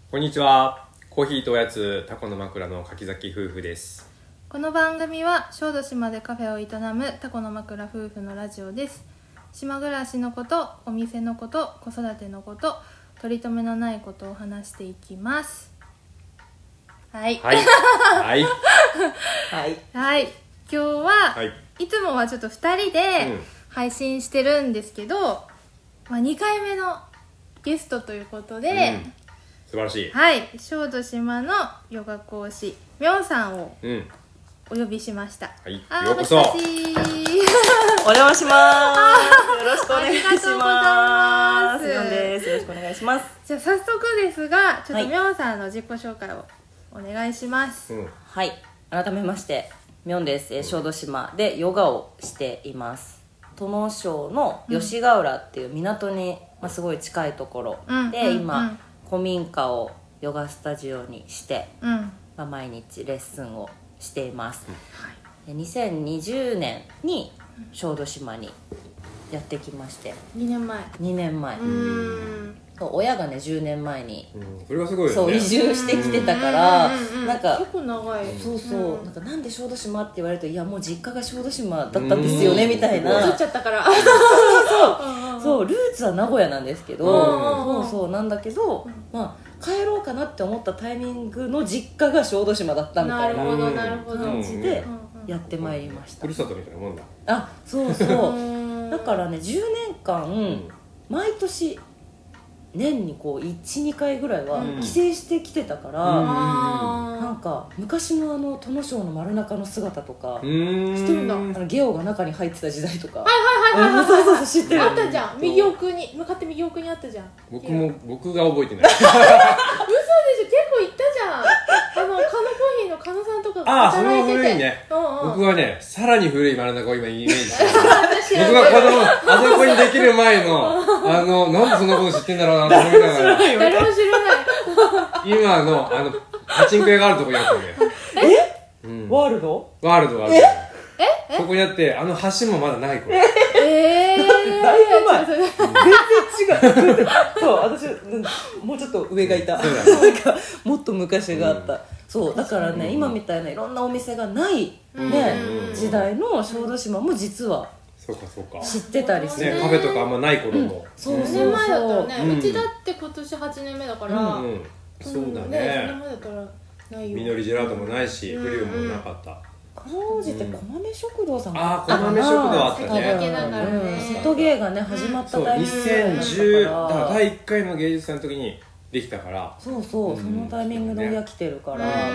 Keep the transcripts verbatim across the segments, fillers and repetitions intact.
こんにちは。コーヒーとおやつタコの枕の柿崎夫婦です。 この番組は小豆島でカフェを営むタコの枕夫婦のラジオです。島暮らしのこと、お店のこと、子育てのこと、取り留めのないことを話していきます。はいはいはいはいはい。今日は、はい、いつもはちょっとふたりで配信してるんですけど、うんまあ、にかいめのゲストということで、うん素晴らしい。 はい、小豆島のヨガ講師みょんさんをお呼びしました。 はい、ようこそ。 お邪魔します。よろしくお願いします。みょんです。よろしくお願いします。 じゃあ早速ですが、ちょっとみょんさんの自己紹介をお願いします。 はい、はい、改めましてみょんです。えー、小豆島でヨガをしています。土庄省の吉ヶ浦っていう港に、まあ、すごい近いところで、うん、今、うんうん古民家をヨガスタジオにして、うんまあ、毎日レッスンをしています、うん、にせんにじゅうねんに小豆島にやってきましてにねんまえにねんまえうん親がねじゅうねんまえに、 うん、それはすごいよねそう移住してきてたからなんか結構長いそうそう、うん、なんかなんで小豆島って言われるといやもう実家が小豆島だったんですよねみたいな移っちゃったからそうそうルーツは名古屋なんですけどそうそうなんだけど、まあ、帰ろうかなって思ったタイミングの実家が小豆島だったみたいな感じでやってまいりました。 ふるさとみたいなもんだ。 あそうそうだからねじゅうねんかん毎年年にこう いち,に 回ぐらいは帰省してきてたから、うん、なんか昔のあの土庄の丸中の姿とか知ってるんだ。あのゲオが中に入ってた時代とかはいはいはいはい、はい、そうそうそう知ってる。あったじゃん右奥に向かって右奥にあったじゃん。 僕も僕が覚えてない嘘でしょ。結構行ったじゃん。あのカノコーヒーのカノさんとかが働いててああそれも古いね、うんうん、僕はねさらに古い丸中を今イメージして僕が子供あそこにできる前のあのなんでそんなこと知ってんだろうなと思いながら誰も知らない今のあのパチンコ屋があるとこにあったんだよ。 え、うん、ワールドワールドがあるんだよ。 ええそこにあってあの橋もまだない頃。 えー、だいぶ前全然違うそう私もうちょっと上がいた、うん、なんかもっと昔があった、うん、そうだからね、うん、今みたいないろんなお店がない、うんねうん、時代の小豆島も実はそうかそうか知ってたりする、 ね、カフェとかあんまない頃も、うん、 そうそうそうにねんまえだったらね、うん、うちだって今年はちねんめだから、うんうん、 そうだね、 ね、そんな前だったらないよ。 みのりジェラートもないし、うん、フリューもなかった。 当時ってこまめ食堂さんがあったかな。あ、こまめ食堂あったね。 先駆けだからね、うん、 瀬戸芸がね始まったタイミングそうにせんじゅうだからだいいっかいの芸術祭の時にできたからそうそう、うん、そのタイミングで親来てるから、うん、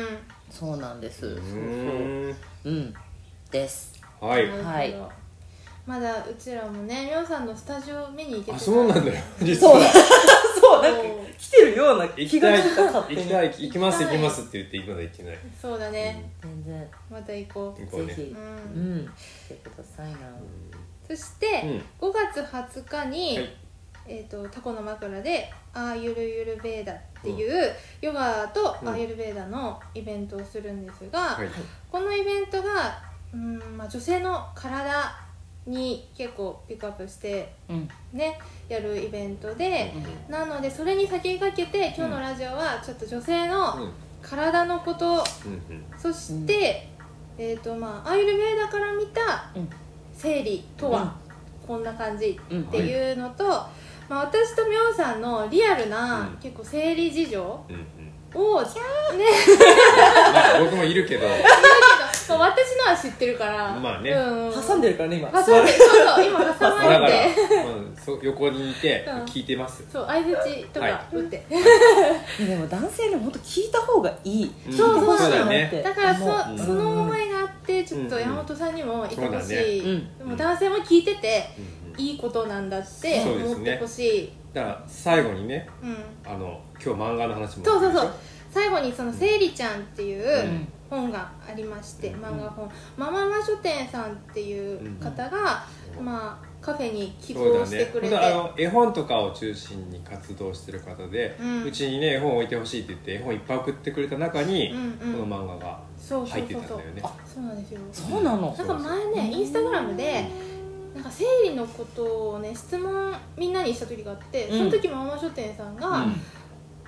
そうなんです。うんそうそううんですはいはいまだうちらもねみょんさんのスタジオ見に行けてない。 あそうなんだよ実はそうなんか来てるような気がした行きたい行きます行きますって言ってまだ行ってない。 そうだね、 うん、全然また行こう行こうね。 ぜひうん、うん、来てくださいな、 うん、そして、うん、ごがつはつかに、はいえー、とタコの枕でアーユルユルベーダっていう、うん、ヨガとアーユルベーダのイベントをするんですが、はい、このイベントが、うんまあ、女性の体に結構ピックアップして、うんね、やるイベントで、うん、なのでそれに先駆けて今日のラジオはちょっと女性の体のこと、うん、そして、うんえーとまあ、アーユルベーダから見た生理とはこんな感じっていうのと、うんまあ、私とみょんさんのリアルな、うん、結構生理事情を、うんうん、ねまあ僕もいるけど私のは知ってるからまあね、 うん、挟んでるからね今挟んでそうそう今挟まれてだから、まあ、 そ横にいて聞いてます、うん、 そう相槌とか打って、はい、でも男性にも本当聞いた方がいい、 うん、そうそうそうだねだから そ,、うん、その思いがあってちょっと山本さんにもいてほしい、うんね、でも男性も聞いてて、うん、いいことなんだって思ってほしい、ね、 だから最後にね、うん、あの今日漫画の話もそうそうそう最後にそのせいりちゃんっていう本がありまして、うん、漫画本マママ書店さんっていう方が、うん、まあカフェに寄贈してくれて、 ね、あの絵本とかを中心に活動してる方で、うち、うん、にね絵本を置いてほしいって言って絵本いっぱい送ってくれた中に、うんうん、この漫画が入ってたんだよね。 そうなんですよ。 そうなの。 なんか前ねインスタグラムでなんか生理のことをね質問みんなにした時があって、その時ママ書店さんが、うん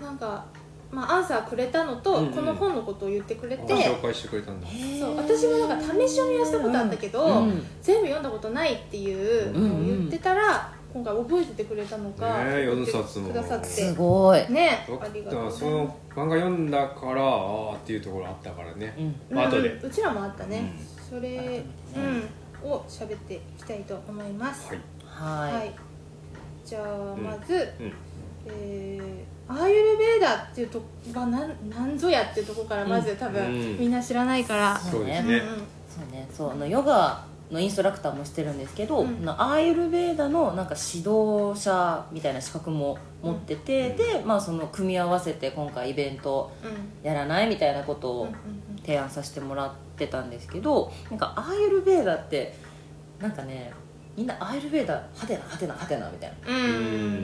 なんかまあ、アンサーくれたのと、うんうん、この本のことを言ってくれて紹介してくれたんだ。 そう私もなんか試し読みはしたことあったけど、うん、全部読んだことないっていうのを言ってたら、うんうん、今回覚えててくれたのか、 ね、よんさつもくださってすごいね、ありがとう。 その漫画読んだからああっていうところあったからね、うんまあ、後で、 うん、うちらもあったね、うん、それ、うん、を喋っていきたいと思います。 はい、はい、 じゃあまず、うんうんえー、アーユルベーダっていうとが何何ぞやっていうところからまず多分、うん、みんな知らないから、 そうですね、うんうん、そうねそうあのヨガのインストラクターもしてるんですけど、うん、アーユルベーダのなんか指導者みたいな資格も持ってて、うん、で、まあ、その組み合わせて今回イベントやらないみたいなことを提案させてもらってたんですけど、なんかアーユルベーダってなんかねみんなアーユルベーダ派手な派手な派手なみたいな、うん、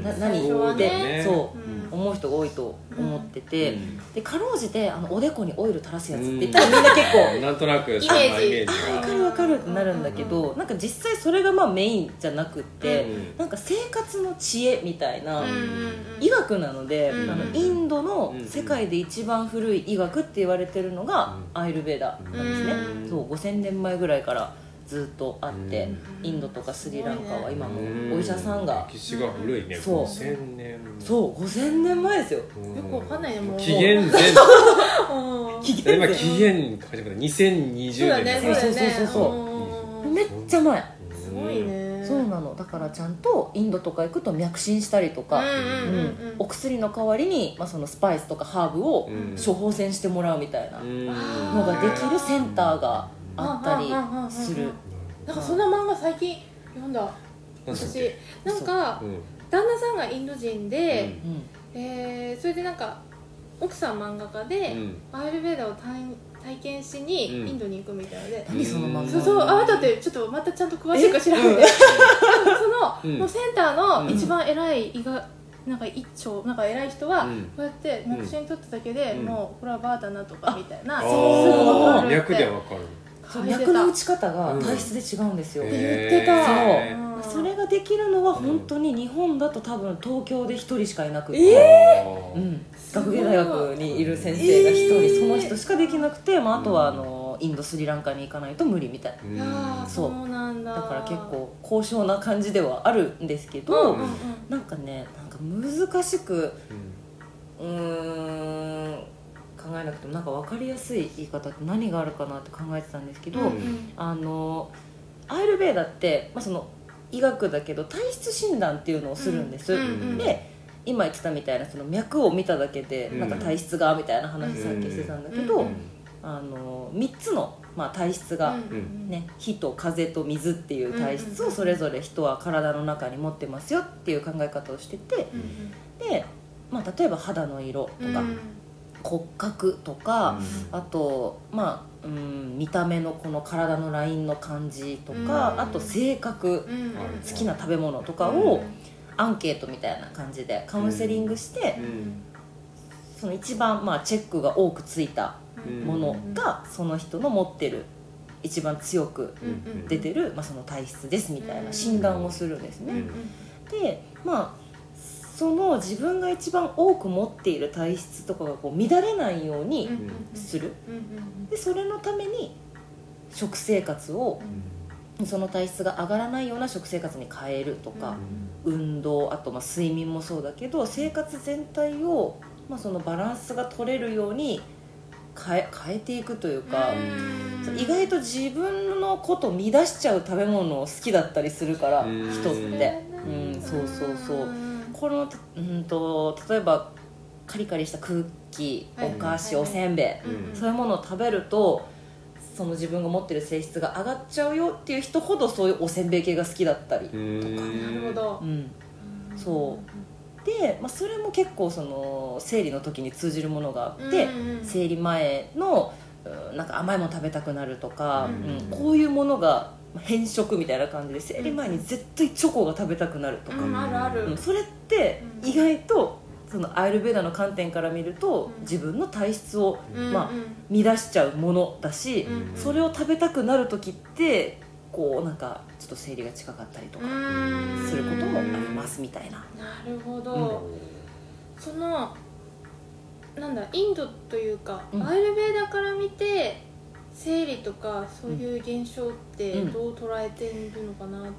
な何って、ね、そう、うん、思う人が多いと思ってて、うん、でかろうじてあのおでこにオイル垂らすやつって言ったらみんな結構なんとなくイメージあ分かる分かるってなるんだけど、うん、なんか実際それがまあメインじゃなくって、うん、なんか生活の知恵みたいな、うん、医学なので、うん、あのインドの世界で一番古い医学って言われてるのがアーユルベーダなんですね、うん、そうごせんねんまえぐらいからずっとあって、インドとかスリランカは今もお医者さんが歴史が古いね、 そうごせんねんそうごせんねんまえですよ。よくわかんないねもう紀元前紀元前今紀元始まったにせんにじゅうねんそうそうそうそうそうめっちゃ前すごいね。 そうなのだからちゃんとインドとか行くと脈診したりとか、うんうんうんうん、お薬の代わりに、まあ、そのスパイスとかハーブを処方箋してもらうみたいなのができるセンターがあったりする。 なんかそんな漫画最近読んだ私なんか旦那さんがインド人で、うんえー、それでなんか奥さん漫画家で、うん、アーユルベーダを体体験しにインドに行くみたいで、 うん、何その漫画そうそうあなたってちょっとまたちゃんと詳しく調べて、うん、その、うん、もうセンターの一番偉い医学なんか一丁なんか偉い人は、うん、こうやって脈診取っただけで、うん、もうこれはバーだなとかみたいな、 すぐ分かる脈で分かる。 そう脈の打ち方が体質で違うんですよ、 うん、って言ってた。 そうそれができるのは本当に日本だと多分東京でひとりしかいなくて、 えーうん、学芸大学にいる先生がひとり、えー、その人しかできなくて、まあ、あとはあのインドスリランカに行かないと無理みたいな、 うん、そうそうなんだ。 だから結構高尚な感じではあるんですけど、うんうんうん、なんかねなんか難しくうーん考えなくてもなんか分かりやすい言い方って何があるかなって考えてたんですけど、うん、あのアーユルベーダって、まあ、その医学だけど体質診断っていうのをするんです、うんうんうん、で今言ってたみたいなその脈を見ただけでなんか体質がみたいな話さっきしてたんだけど、うんうん、あのみっつの、まあ、体質が、ね、火と風と水っていう体質をそれぞれ人は体の中に持ってますよっていう考え方をしてて、うんうん、で、まあ、例えば肌の色とか、うん骨格とか、うん、あと、まあうん、見た目のこの体のラインの感じとか、うん、あと性格、うん、好きな食べ物とかを、うん、アンケートみたいな感じでカウンセリングして、うん、その一番、まあ、チェックが多くついたものが、うん、その人の持ってる一番強く出てる、まあ、その体質ですみたいな診断をするんですね、うん、でまあその自分が一番多く持っている体質とかがこう乱れないようにする、でそれのために食生活をその体質が上がらないような食生活に変えるとか、運動あとまあ睡眠もそうだけど生活全体をまあそのバランスが取れるように変え、変えていくというか、意外と自分のことを乱しちゃう食べ物を好きだったりするから人って、うん、そうそうそうこの、うんと、例えばカリカリしたクッキー、お菓子、おせんべい、うん、そういうものを食べるとその自分が持ってる性質が上がっちゃうよっていう人ほどそういうおせんべい系が好きだったりとか。なるほど、 うん、そうで、まあ、それも結構その生理の時に通じるものがあって、うんうん、生理前のなんか甘いもの食べたくなるとか、うんうん、こういうものが変色みたいな感じで生理前に絶対チョコが食べたくなるとか、 うん、あるある、 うん、それって意外とそのアーユルベーダの観点から見ると、うん、自分の体質を、 うんまあ、乱しちゃうものだし、うん、それを食べたくなる時ってこうなんかちょっと生理が近かったりとかすることもありますみたいな。 なるほど、うん、そのなんだインドというか、 うん、 アイルベーダから見て生理とかそういう現象ってどう捉えてるのかなと思って、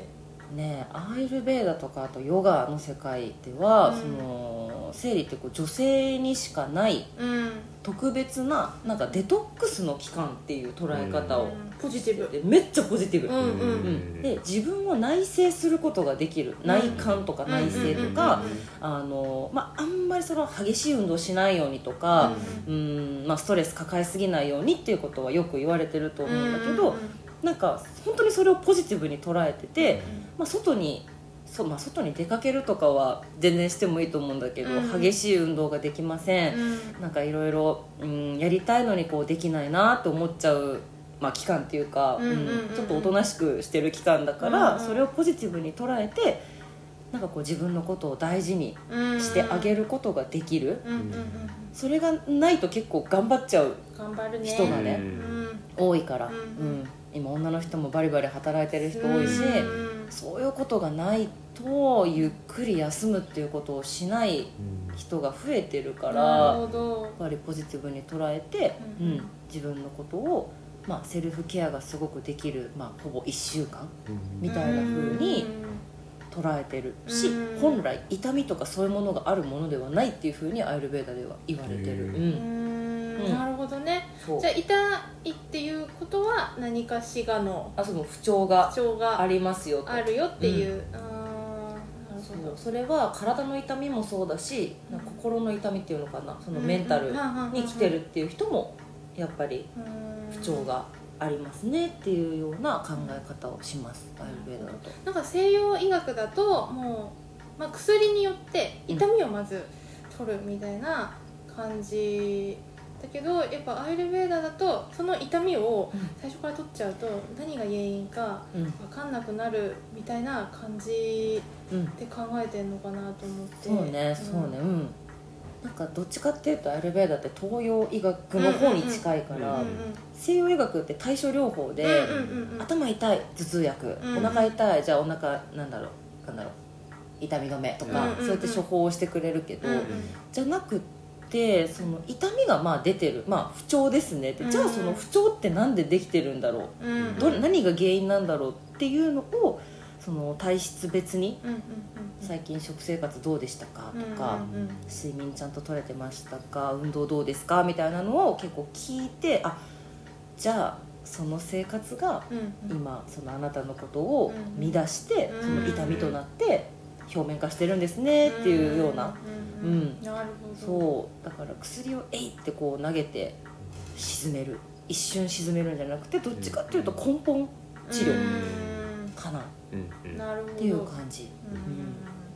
うん、ねえアイルベーダとかあとヨガの世界では、うん、その生理ってこう女性にしかない特別な、なんかデトックスの期間っていう捉え方を、うん、 ポジティブ、 めっちゃポジティブ、 うんうんうん、 で自分を内省することができる、内観とか内省とか、あの、まあ、あんまりその激しい運動しないようにとか、うんうん、まあ、ストレス抱えすぎないようにっていうことはよく言われてると思うんだけど、うんうん、なんか本当にそれをポジティブに捉えてて、まあ、外にそまあ、外に出かけるとかは全然してもいいと思うんだけど、うん、激しい運動ができません、うん、なんかいろいろやりたいのにこうできないなと思っちゃう、まあ、期間っていうか、うんうんうんうん、ちょっとおとなしくしてる期間だから、うんうん、それをポジティブに捉えてなんかこう自分のことを大事にしてあげることができる、うんうんうん、それがないと結構頑張っちゃう人が ね, ね、うん、多いから、うんうん、今女の人もバリバリ働いてる人多いし、うん、そういうことがないとゆっくり休むっていうことをしない人が増えてるから、やっぱりポジティブに捉えて、うんうん、自分のことを、まあ、セルフケアがすごくできる、まあ、ほぼいっしゅうかんみたいな風に捉えてるし、本来痛みとかそういうものがあるものではないっていう風にアイルベーダでは言われてる、うんうん、なるほどね。じゃあ痛いっていうことは何かしらのあその不調がありますよとあるよっていう、うん、あそうそれは体の痛みもそうだし、うん、心の痛みっていうのかな、そのメンタルに来てるっていう人もやっぱり不調がありますねっていうような考え方をします、アイルベーダだと。 なんか西洋医学だともう、まあ、薬によって痛みをまず取るみたいな感じだけど、やっぱアイルベーダだとその痛みを最初から取っちゃうと何が原因か分かんなくなるみたいな感じで考えてんのかなと思って、 うん、そうねそうね、うん、なんかどっちかっていうとアイルベーダって東洋医学の方に近いから、うんうんうん、西洋医学って対処療法で、うんうんうん、頭痛い頭痛薬、うんうん、お腹痛いじゃあお腹なんだろうなんだろう痛み止めとか、うんうんうん、そうやって処方をしてくれるけど、うんうん、じゃなくてその痛みがまあ出てる、まあ、不調ですねって、うん、じゃあその不調ってなんでできてるんだろう、うんうん、ど何が原因なんだろうっていうのをその体質別に、うんうんうん、最近食生活どうでしたかとか、うんうんうん、睡眠ちゃんと取れてましたか、運動どうですかみたいなのを結構聞いて、あじゃあその生活が今そのあなたのことを乱してその痛みとなって表面化してるんですねっていうような、 うん、なるほど。 そうだから薬をえいってこう投げて沈める、一瞬沈めるんじゃなくてどっちかっていうと根本治療かなっていう感じ、うんうん、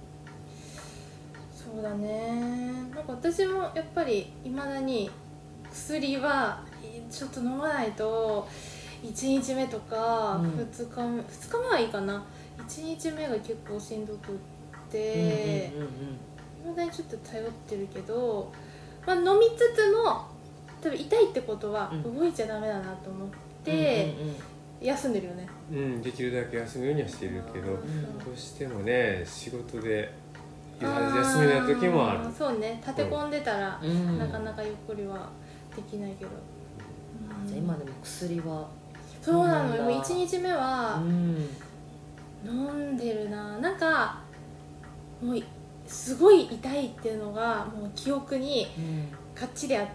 そうだね。なんか私もやっぱりいまだに薬はちょっと飲まないといちにちめとかふつかめ、うん、ふつかめはいいかな、いちにちめが結構しんどくっていまだにちょっと頼ってるけど、まあ、飲みつつも多分痛いってことは動いちゃダメだなと思って休んでるよね、 うん、できるだけ休むようにはしてるけど、うん、どうしてもね仕事で休めない時もある。 そうね、立て込んでたら、うん、なかなかゆっくりはできないけど、 うん、じゃあ今でも薬はそうなのよ。いちにちめは飲んでるな。なんかもうすごい痛いっていうのがもう記憶にかっちりあって、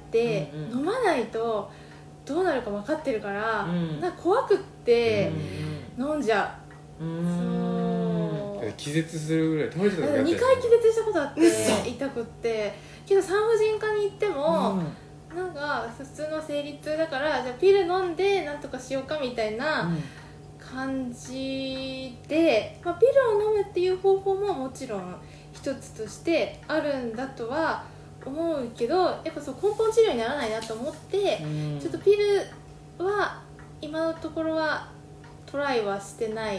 うんうん、飲まないとどうなるか分かってるから、うん、なんか怖くって飲んじゃう、うん、 そう気絶するぐらい倒れてた時あったよね。 にかい気絶したことあって痛くってけど産婦人科に行っても、うん、なんか普通の生理痛だからじゃあピル飲んでなんとかしようかみたいな感じで、まあ、ピルを飲むっていう方法ももちろん一つとしてあるんだとは思うけど、やっぱそう根本治療にならないなと思って、うん、ちょっとピルは今のところはトライはしてない。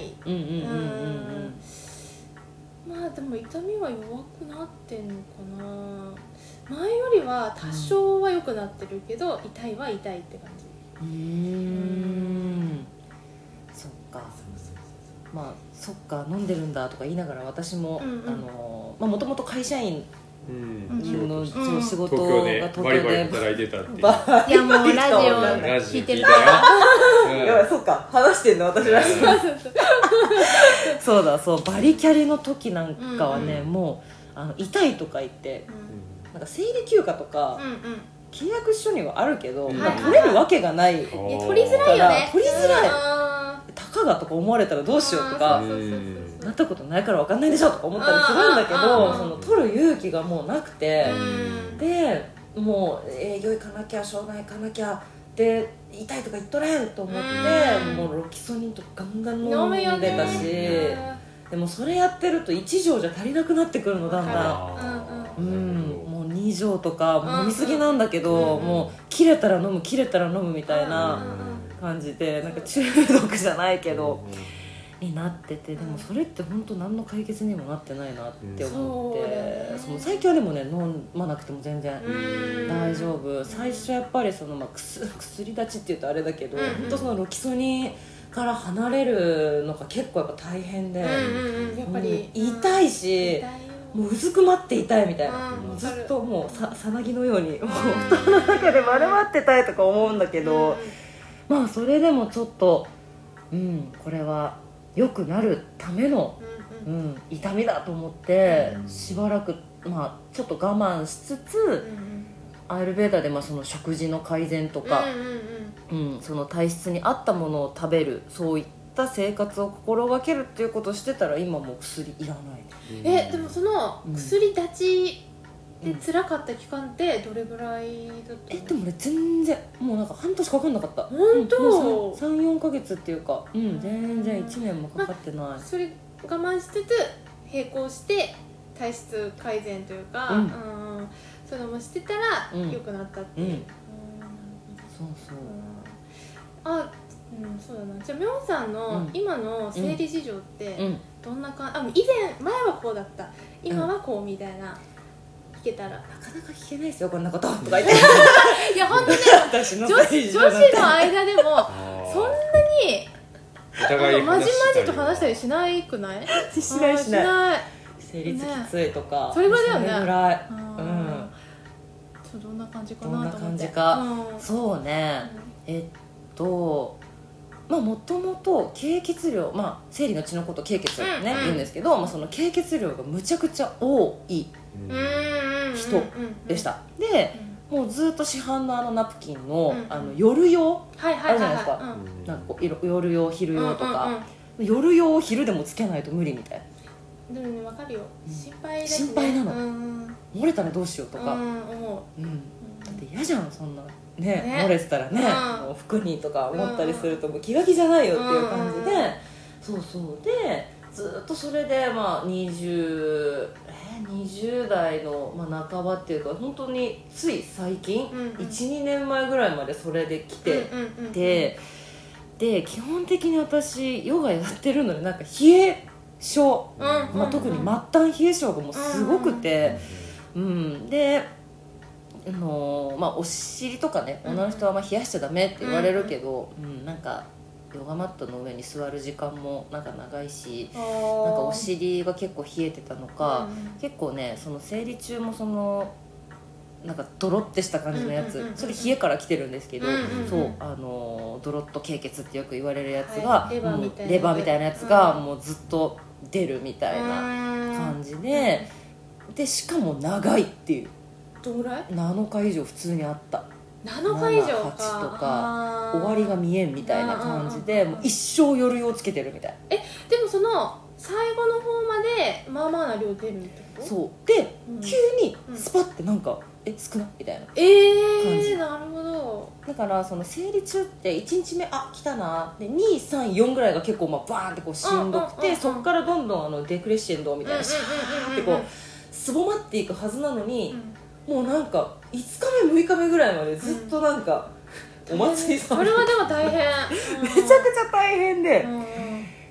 まあでも痛みは弱くなってんのかな。前よりは多少は良くなってるけど、うん、痛いは痛いって感じ。 うーんそっか。まあそっか飲んでるんだとか言いながら私も、うんうん、あのまあ、もともと会社員の仕事が東京でバリバリ働いてたっていう。 いやもうラジオ聞いてたよ。 やばい、そうか、話してんの私らしい。そうだ、そうバリキャリの時なんかはね、もうあの痛いとか言ってなんか生理休暇とか契約書にはあるけど、取れるわけがない。 取りづらいよね。 取りづらい。たかがとか思われたらどうしようとか、なったことないから分かんないでしょとか思ったりするんだけど、その取る勇気がもうなくて、でもう営業行かなきゃ、商売行かなきゃで痛いとか言っとれんと思って、もうロキソニンとかガンガン飲んでたし、でもそれやってるといち錠じゃ足りなくなってくるの、だんだん。うん、もうに錠とかもう飲みすぎなんだけど、もう切れたら飲む切れたら飲むみたいな感じで、なんか中毒じゃないけどになってて、でもそれって本当何の解決にもなってないなって思って、その最近はでもね飲まなくても全然大丈夫。最初やっぱりその、まあ、薬, 薬立ちっていうとあれだけど、本当そのロキソニンから離れるのが結構やっぱ大変で、やっぱり痛いし、もううずくまっていたいみたいな、うん、ずっともうささなぎのようにもう布団の中で丸まってたいとか思うんだけど、うん、まあそれでもちょっと、うん、これは良くなるための、うんうん、痛みだと思って、うん、しばらく、まあ、ちょっと我慢しつつ、うん、アーユルヴェーダでまあその食事の改善とか、うんうんうん、その体質に合ったものを食べる、そういった生活を心がけるっていうことをしてたら今もう薬いらない。 えでもその薬立ちで辛かった期間ってどれぐらいだったの？ えでも俺全然もうなんか半年かかんなかった。 本当？ うん、さん、よんかげつっていうか、うん、全然いちねんもかかってない、まあ、 それ我慢しつつ並行して体質改善というか、うんうん、そういうのもしてたら良くなったっていう、うんうん、 そうそう、 うん、あうん、そうだな。じゃあミョンさんの今の生理事情ってどんな感じ、うん、あ以前前はこうだった今はこうみたいな、聞けたら、 なかなか聞けないですよこんなこととか言っていや本当ね女, 女子の間でもそんなにお互いまじまじと話したりしないくない？ しないしない。生理きついとか、 ね、それぐらいだよね。 それぐらい、うん、 そうどんな感じかなと思って。 どんな感じか、うん、そうね、うん、えっとまあもともと経血量、まあ生理の血のこと経血ね、うん、言うんですけど、まあ、その経血量がむちゃくちゃ多い人でした。で、もうずっと市販のあのナプキンの、うん、あの夜用あるじゃないですか、うん、なんかこう夜用昼用とか、うんうんうん、夜用を昼でもつけないと無理みたいな。でもね分かるよ、心配だし、 ね、心配なの、うん、漏れたらどうしようとか、 うん、思う、うん、 だって嫌じゃんそんなね、ね漏れてたらね、うん、もう服にとか思ったりするともう気が気じゃないよっていう感じで、うん、そうそうでずっとそれでまあにじゅう、えー、にじゅう代の、まあ、半ばっていうか本当につい最近、うんうん、いち、にねんまえぐらいまでそれで来てて、うんうんうん、で基本的に私ヨガやってるのでなんか冷え性、うんうんうんまあ、特に末端冷え性がもうすごくて、うんうん、であのーまあ、お尻とかね女の人はあんま冷やしちゃダメって言われるけど、うんうん、なんかヨガマットの上に座る時間もなんか長いし、なんかお尻が結構冷えてたのか、うん、結構ねその生理中もそのなんかドロッてした感じのやつ、うんうんうんうん、それ冷えから来てるんですけど、うんうんうん、そうあのドロッと経血ってよく言われるやつが、 はい、レバーみたいな、 レバーみたいなやつがもうずっと出るみたいな感じで、うん、でしかも長いっていう。 どのぐらい？ なのか以上普通にあった。 なのか以上かなな、はちとか終わりが見えんみたいな感じでもう一生夜用つけてるみたい。 えでもその最後の方までまあまあな量出るってこと？ そうで、うん、急にスパッてなんか、うん、え少ないみたいな感じ、 えー、なるほど。 だからその生理中っていちにちめあ来たなでに、さん、よんぐらいが結構まあバーンってこうしんどくて、そこからどんどんあのデクレッシェンドみたいなシャーってこうすぼまっていくはずなのに、うん、もうなんかいつかめむいかめぐらいまでずっとなんか、うん、お祭りさんそれはでも大変めちゃくちゃ大変で、うん、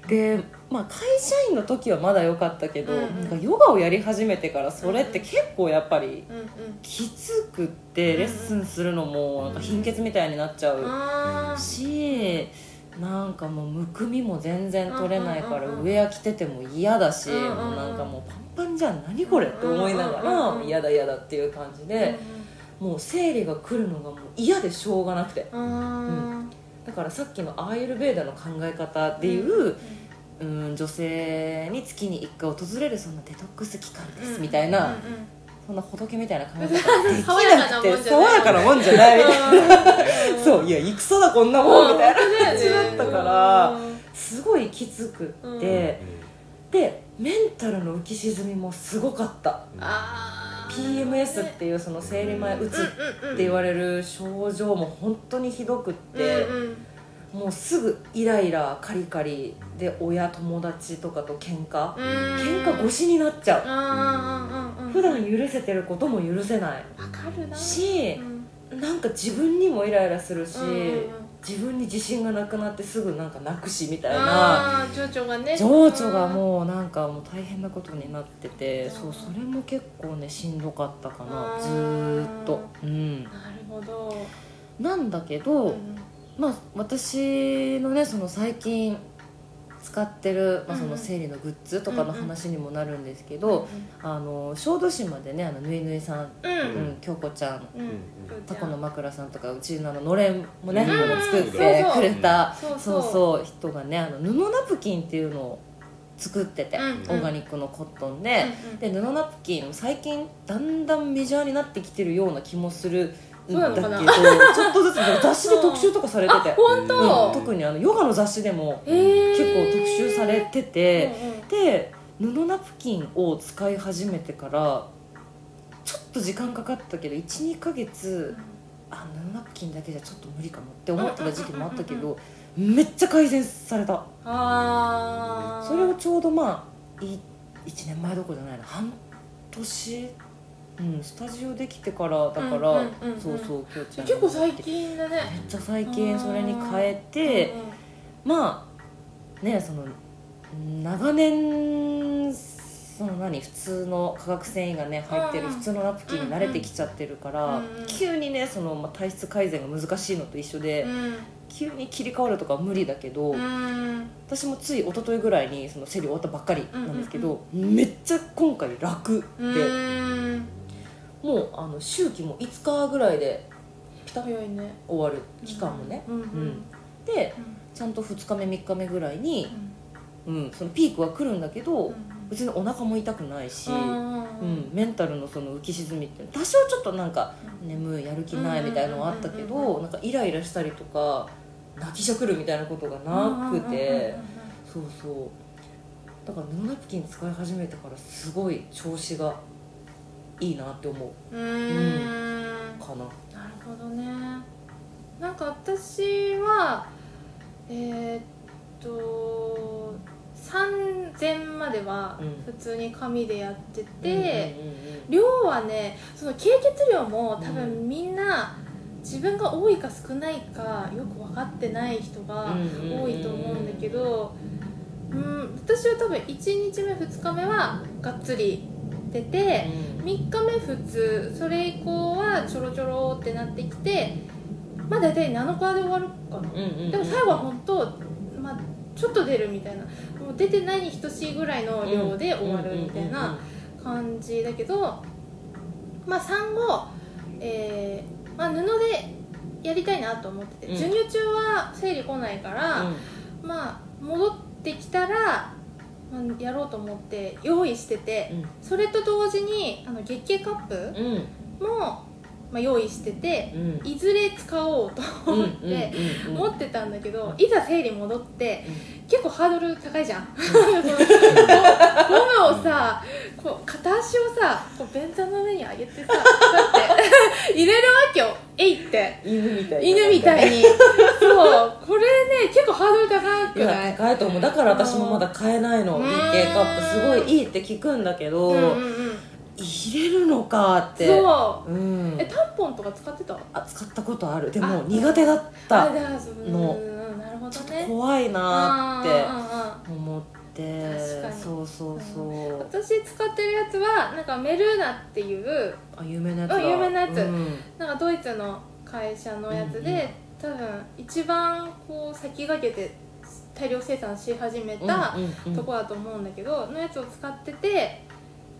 で、まあ、会社員の時はまだ良かったけど、うん、なんかヨガをやり始めてからそれって結構やっぱりきつくってレッスンするのもなんか貧血みたいになっちゃうし、なんかもうむくみも全然取れないから上は着てても嫌だし、もうなんかもうパンパンじゃん何これって思いながら嫌だ嫌だっていう感じで、もう生理が来るのがもう嫌でしょうがなくて、うん、だからさっきのアーユルベーダの考え方でいう、うん、女性に月にいっかい訪れるそんなデトックス期間ですみたいな、そんな仏みたいな考え方できなくて爽やかなもんじゃないみたいなそういや戦だこんなもんみたいな感じだったからすごいきつくって、でメンタルの浮き沈みもすごかった。ピーエムエス っていうその生理前うつって言われる症状も本当にひどくって、もうすぐイライラカリカリで親友達とかと喧嘩喧嘩越しになっちゃう。普段許せてることも許せないし、なんか自分にもイライラするし、自分に自信がなくなってすぐなんかなくしみたいな情緒がね情緒がもうなんかもう大変なことになってて、そうそれも結構ねしんどかったかなずーっと、うん、 なるほど。 なんだけど、うん、まあ私のねその最近使ってる、まあ、その生理のグッズとかの話にもなるんですけど、うんうん、あの小豆島でねあのぬいぬいさん、うんうん、京子ちゃん、うん、タコの枕さんとかうちのあののれんもね、うん、作ってくれた、うん、そうそう人がねあの布ナプキンっていうのを作ってて、うんうん、オーガニックのコットンで、うんうん、で布ナプキン最近だんだんメジャーになってきてるような気もするだけどちょっとずつ雑誌で特集とかされてて本当、 うん、特にあのヨガの雑誌でも結構特集されてて、で布ナプキンを使い始めてからちょっと時間かかったけど いちにかげつ、あ布ナプキンだけじゃちょっと無理かもって思ってた時期もあったけどめっちゃ改善された。あそれをちょうどまあいちねんまえどころじゃないな半年うん、スタジオできてからだから、うんうんうんうん、そうそうきょうちゃん結構最近だね。 めっちゃ最近それに変えて、うんうん、まあねその長年その何普通の化学繊維がね入ってる普通のナプキンに慣れてきちゃってるから、うんうん、急にねその、まあ、体質改善が難しいのと一緒で、うん、急に切り替わるとかは無理だけど、うん、私もつい一昨日ぐらいにその生理終わったばっかりなんですけど、うんうんうん、めっちゃ今回楽で、うんもうあの周期もいつかぐらいでピタッと終わる期間もね、うんうんうん、で、うん、ちゃんとふつかめみっかめぐらいに、うんうん、そのピークは来るんだけど、うん、別にお腹も痛くないし、うんうん、メンタルのその浮き沈みって多少ちょっとなんか眠いやる気ないみたいなのはあったけど、なんかイライラしたりとか泣きじゃくるみたいなことがなくて、そうそうだから布ナプキン使い始めてからすごい調子がいいなって思う。うーん、うん、かな。 なるほどね。なんか私はえー、っとさんぜんまでは普通に紙でやってて、うん、量はねその経血量も多分みんな自分が多いか少ないかよく分かってない人が多いと思うんだけど、うん、私は多分いちにちめふつかめはがっつり出て、うん、みっかめ普通、それ以降はちょろちょろってなってきて、まあ大体なのかで終わるかな、うんうんうん、でも最後は本当、まあ、ちょっと出るみたいな、もう出てないに等しいぐらいの量で終わるみたいな感じだけど、まあ産後、えーまあ、布でやりたいなと思ってて、うん、授乳中は生理来ないから、うん、まあ戻ってきたらやろうと思って用意してて、うん、それと同時にあの月経カップも、まあ、用意してて、うん、いずれ使おうと思って持ってたんだけど、いざ生理戻って、うん、結構ハードル高いじゃん、うん、ゴムをさこう片足をさこう便座の上に上げてさだって入れるわけよ、えいって犬みたいに犬みたいにそうこれね結構ハードル高くない？ いや高いと思う。だから私もまだ買えないの。月経カップすごいいいって聞くんだけど、うんうんうん、入れるのかって。 そう、うん、えタンポンとか使ってた？ あ使ったことある。でも苦手だったの。 なるほどね。 ちょっと怖いなって思って。確かにそうそうそう、うん、 私使ってるやつはなんかメルーナっていうあ有名なやつだ、 有名なやつ、うん、なんかドイツの会社のやつで、うんうん、多分一番こう先駆けて大量生産し始めたとこだと思うんだけど、のやつを使ってて、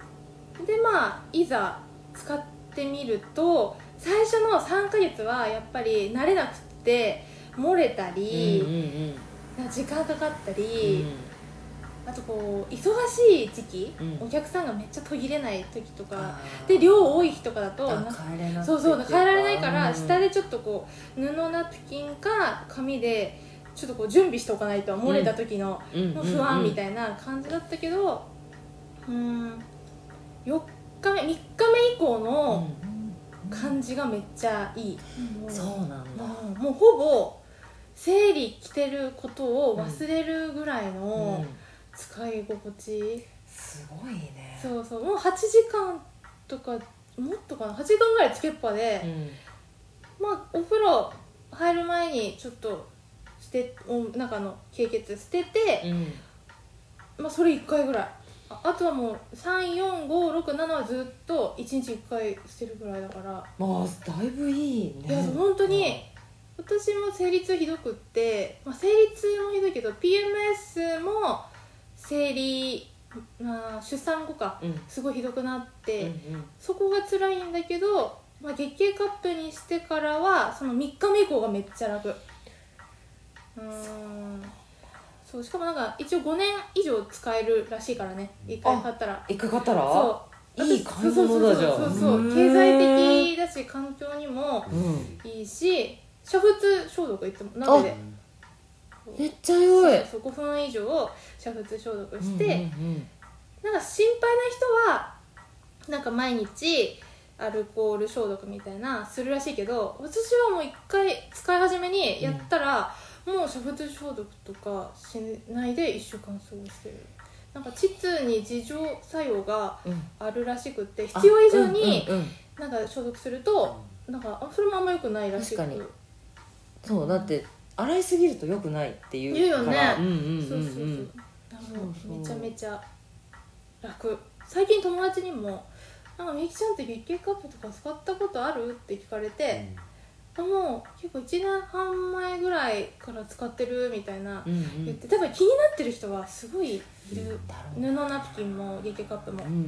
でまあいざ使ってみると最初のさんかげつはやっぱり慣れなくて漏れたり、うんうんうん、時間かかったり、うん、あとこう忙しい時期、うん、お客さんがめっちゃ途切れない時とかで量多い日とかだとそうそう変えられないから、うん、下でちょっとこう布ナプキンか紙でちょっとこう準備しておかないと漏れた時の不安みたいな感じだったけど、うん、よっかめみっかめ以降の感じがめっちゃいい、 うん、そうなんだ、 うん、もうほぼ生理来てることを忘れるぐらいの使い心地、うんうん、 すごいね。 そうそうもうはちじかんとかもっとかなはちじかんぐらいつけっぱで、うん、まあお風呂入る前にちょっと捨て中の経血捨てて、うん、まあそれいっかいぐらい あ, あとはもうさん、よん、ご、ろく、ななはずっといちにちいっかい捨てるぐらいだから、 まあだいぶいいね。 いや本当に私も生理痛ひどくって、まあ、生理痛もひどいけど ピーエムエス も生理、まあ、出産後か、うん、すごいひどくなって、うんうん、そこが辛いんだけど、まあ、月経カップにしてからはそのみっかめ以降がめっちゃ楽。うーんそうしかもなんか一応ごねん以上使えるらしいからね、いっかい買ったらいっかい買ったらそういい買い物だじゃん。 そうそうそうそう経済的だし環境にもいいし、うん煮沸消毒いつも鍋でめっちゃ良い。 そうそうごふん以上煮沸消毒して、うんうんうん、なんか心配な人はなんか毎日アルコール消毒みたいなするらしいけど、私はもう一回使い始めにやったら、うん、もう煮沸消毒とかしないでいっしゅうかん過ごしてる。なんか膣に自浄作用があるらしくって、うん、必要以上になんか消毒するとなんかそれもあんま良くないらしく。 確かにそうだって洗いすぎると良くないっていう言うよね。 うんうんうんうん、 そうそうそうめちゃめちゃ楽。最近友達にもなんかみゆきちゃんって月経カップとか使ったことあるって聞かれて、うん、もう結構いちねんはんまえぐらいから使ってるみたいな言って、うんうん、多分気になってる人はすごいいる、うん、布ナプキンも月経カップも、うんうんうん、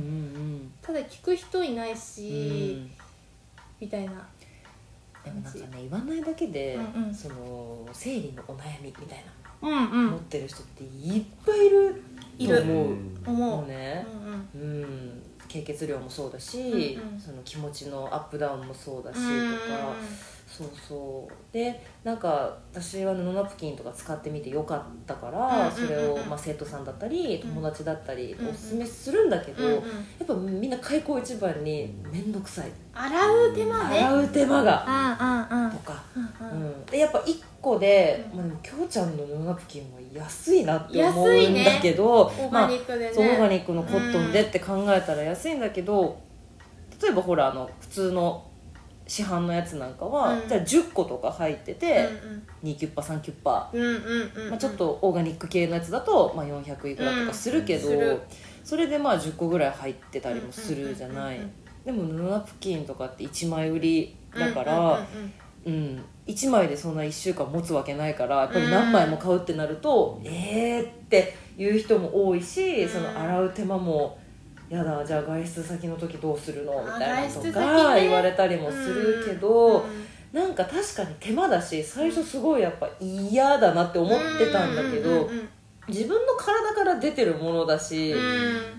ただ聞く人いないし、うん、みたいな。 でもなんかね言わないだけで、うんうん、その生理のお悩みみたいな、 うんうん、 持ってる人っていっぱいいるいると思う。 思うもうね、うんうんうん、経血量もそうだし、うんうん、その気持ちのアップダウンもそうだしとか、うんうん、そうそうでなんか私は布ナプキンとか使ってみてよかったから、うん、それを、まあ、生徒さんだったり友達だったりおすすめするんだけど、うんうん、やっぱみんな開口一番に面倒くさい、 洗う手間ね、 洗う手間が、 うんうん、 とか、うんうん、でやっぱいっこで、うんまあ、でもきょうちゃんの布ナプキンは安いなって思うんだけど、 安いね、オーガニックでね、 まあ、そうオーガニックのコットンでって考えたら安いんだけど、例えばほらあの普通の市販のやつなんかは、うん、じゃあじゅっことか入ってて、うんうん、にキュッパさんキュッパ、うんうんうんうんまあ、ちょっとオーガニック系のやつだと、まあ、よんひゃくいくらとかするけど、うん、それでまあじゅっこぐらい入ってたりもするじゃない、うんうんうんうん、でも布ナプキンとかっていちまい売りだから、うんうんうんうん、いちまいでそんないっしゅうかん持つわけないからやっぱり何枚も買うってなると、うん、えーっていう人も多いし、うん、その洗う手間もやだじゃあ外出先の時どうするのみたいなとか言われたりもするけど、うん、なんか確かに手間だし最初すごいやっぱ嫌だなって思ってたんだけど、自分の体から出てるものだし、うん、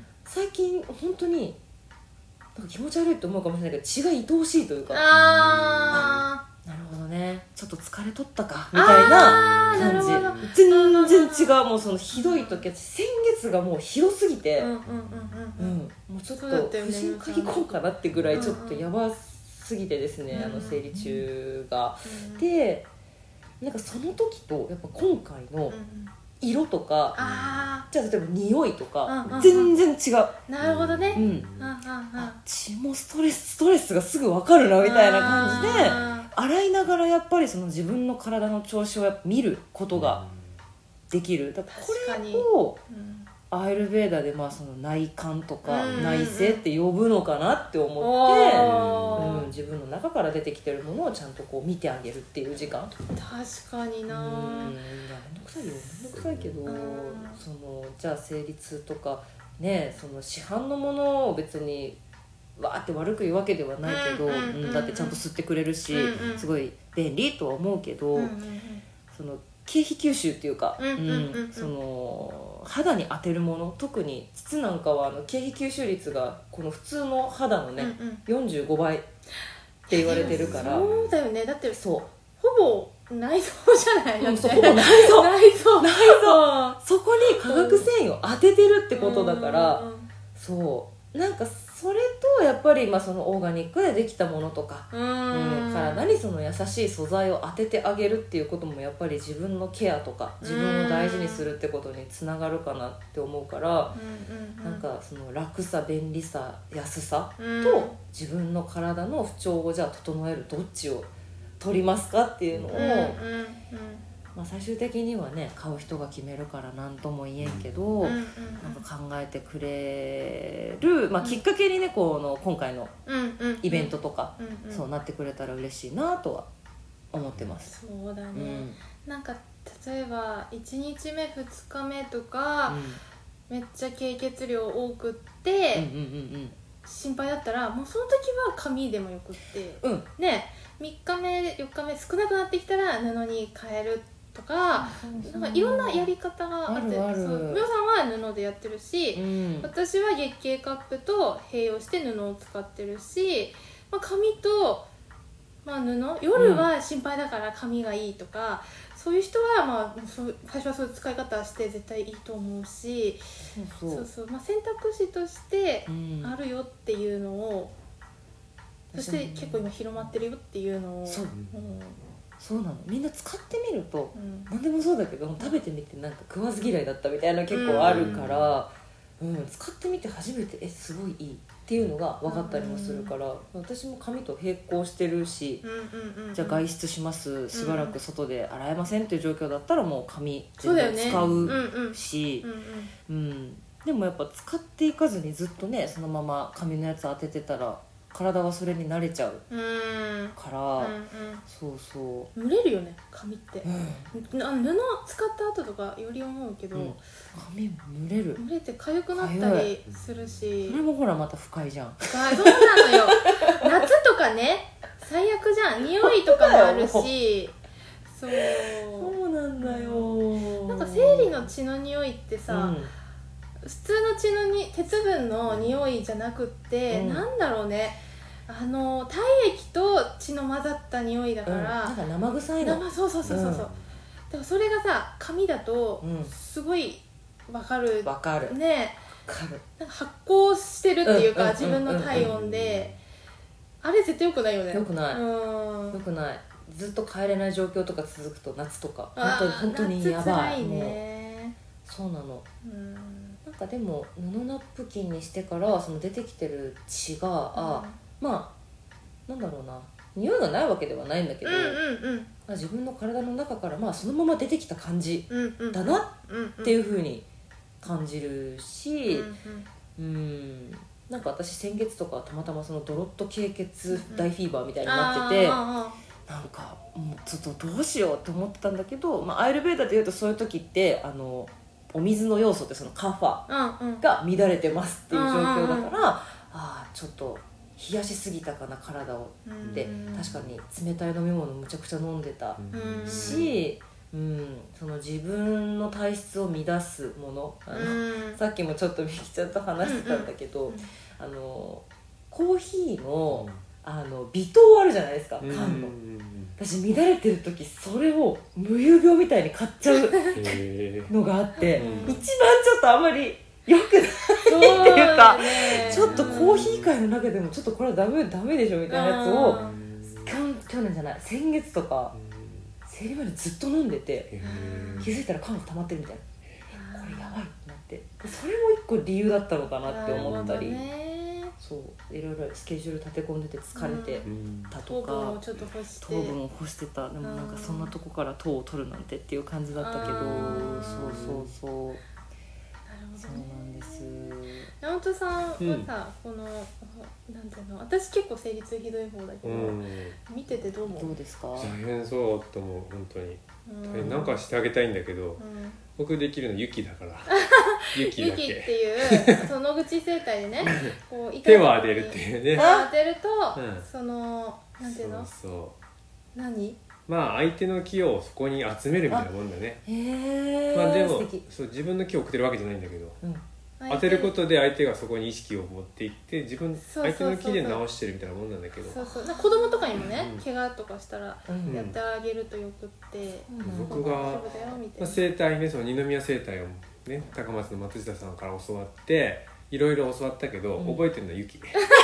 最近本当になんか気持ち悪いと思うかもしれないけど血が愛おしいというか、ああなるほどねちょっと疲れとったかみたいな感じ。全然違う。もうそのひどい時先月がもうひどすぎて、うんうんうんうん、もうちょっと婦人科行こうかなってぐらいちょっとやばすぎてですね、うんうん、あの生理中が、うんうん、でなんかその時とやっぱ今回の色とか、あじゃあ例えば匂いとか、うんうん、全然違う。 なるほどね、 うんうんうん、あ血もストレスストレスがすぐ分かるなみたいな感じで洗いながらやっぱりその自分の体の調子をやっぱ見ることができる。だからこれをアイルベーダでまあその内観とか内省って呼ぶのかなって思って、うんうん、自分の中から出てきてるものをちゃんとこう見てあげるっていう時間。 確かにな。 うんめんどくさいよめんどくさいけど、そのじゃあ生理痛とかねその市販のものを別にわーって悪く言うわけではないけど、うんうんうん、だってちゃんと吸ってくれるし、うんうん、すごい便利とは思うけど、うんうんうん、その経皮吸収っていうか、うんうんうんうん、その肌に当てるもの、特に膣なんかはあの経皮吸収率がこの普通の肌のね、うんうん、よんじゅうごばいって言われてるから。 そうだよね。だってそうほぼ内臓じゃない、 うん、そうほぼ内臓内臓内臓そこに化学繊維を当ててるってことだから、うんうんうん、そうなんかそれとやっぱりまあそのオーガニックでできたものとか、うん、体にその優しい素材を当ててあげるっていうこともやっぱり自分のケアとか自分を大事にするってことにつながるかなって思うから、うんうんうん、なんかその楽さ便利さ安さと自分の体の不調をじゃあ整えるどっちを取りますかっていうのを、うんうんうん、まあ、最終的にはね買う人が決めるから何とも言えんけど、うんうんうん、なんか考えてくれる、まあ、きっかけにねこの今回のイベントとか、うんうんうん、そうなってくれたら嬉しいなとは思ってます。 そうだね、うん、なんか例えばいちにちめふつかめとか、うん、めっちゃ経血量多くって、うんうんうんうん、心配だったらもうその時は紙でもよくって、うん、ねみっかめよっかめ少なくなってきたら布に変えるとか、なんかいろんなやり方があって、みおさんは布でやってるし、うん、私は月経カップと併用して布を使ってるし、まあ、紙と、まあ、布夜は心配だから紙がいいとか、うん、そういう人は、まあ、そう最初はそういう使い方して絶対いいと思うし、そうそう、そうそう、まあ、選択肢としてあるよっていうのを、うん、そして結構今広まってるよっていうのを、 そう、うん、そうなの。みんな使ってみると、うん、何でもそうだけど食べてみてなんか食わず嫌いだったみたいな結構あるから、うんうん、使ってみて初めてえすごいいいっていうのが分かったりもするから、うん、私も紙と並行してるし、うんうんうん、じゃあ外出しますしばらく外で洗えませんっていう状況だったらもう紙全然使うし、でもやっぱ使っていかずにずっとねそのまま紙のやつ当ててたら体はそれに慣れちゃうから、うんうん、そうそう蒸れるよね髪って、うん、あ布使った後とかより思うけど、うん、 髪蒸れる蒸れて痒くなったりするし、 それもほらまた不快じゃん。 そうなのよ夏とかね最悪じゃん、匂いとかもあるしそうそうなんだよ。 なんか生理の血の匂いってさ、うん、普通の血のに鉄分の匂いじゃなくって、うん、なんだろうね、あの体液と血の混ざった匂いだから、うん、 なんか生臭いの。 生そうそうそうそう、うん、だからそれがさ紙だとすごい分かる、 分かるね、 分かる、 なんか発酵してるっていうか、うん、自分の体温で、うん、あれ絶対良くないよね。 良くない、うん、良くない。ずっと帰れない状況とか続くと夏とか本当に本当にやばい。夏辛いね。そうなの、うん、なんかでも布ナプキンにしてからその出てきてる血が、うん、あまあなんだろうな、匂いがないわけではないんだけど、うんうんうん、自分の体の中からまあそのまま出てきた感じだなっていう風に感じるし、うん、うん、なんか私先月とかたまたまそのドロッと経血大フィーバーみたいになってて、なんかもうちょっとどうしようって思ってたんだけど、まあ、アイルベーダでいうとそういう時ってあのお水の要素ってそのカファが乱れてますっていう状況だから、うんうん、ああちょっと冷やしすぎたかな体をって、うん、確かに冷たい飲み物むちゃくちゃ飲んでたし、うん、その自分の体質を乱すもの、あの、うん、さっきもちょっとみきちゃんと話してたんだけど、うんうん、あのコーヒーの、あの微糖あるじゃないですか、缶の、私乱れてる時それを無遊病みたいに買っちゃうのがあって、うん、一番ちょっとあんまり良くないっていうか、ね、ちょっとコーヒー界の中でもちょっとこれはダメダメでしょみたいなやつを去年じゃない先月とか生理前にずっと飲んでて、気づいたら缶が溜まってるみたいな、これやばいってなって、それも一個理由だったのかなって思ったり、そういろいろスケジュール立て込んでて疲れてたとか、 うん、糖分をちょっと欲して糖分を欲してた。でもなんかそんなとこから糖を取るなんてっていう感じだったけど、そうそうそう、なるほど、ね、そうなんです。 山本さんはさ、うん、このなんていうの、私結構生理痛ひどい方だけど、うん、見ててどう思う？ どうですか？ 大変そうと思う本当に、うん、なんかしてあげたいんだけど、うん、僕できるの雪だからユキだっけユキっていうその野口生態でねこう手を当てるっていうね。 手を当てると、 うん、 そのなんていうの、 そうそう何まあ相手の気をそこに集めるみたいなもんだね。へえ。まあでもそう自分の気を送ってるわけじゃないんだけど、うん、当てることで相手がそこに意識を持っていって自分相手の気で直してるみたいなもんなんだけど、 そうそうなんか子供とかにもね、うん、怪我とかしたらやってあげるとよくって、 うん、僕が、まあ、生態ねその二宮生態をね高松の松下さんから教わっていろいろ教わったけど、うん、覚えてるのはユキ結果ね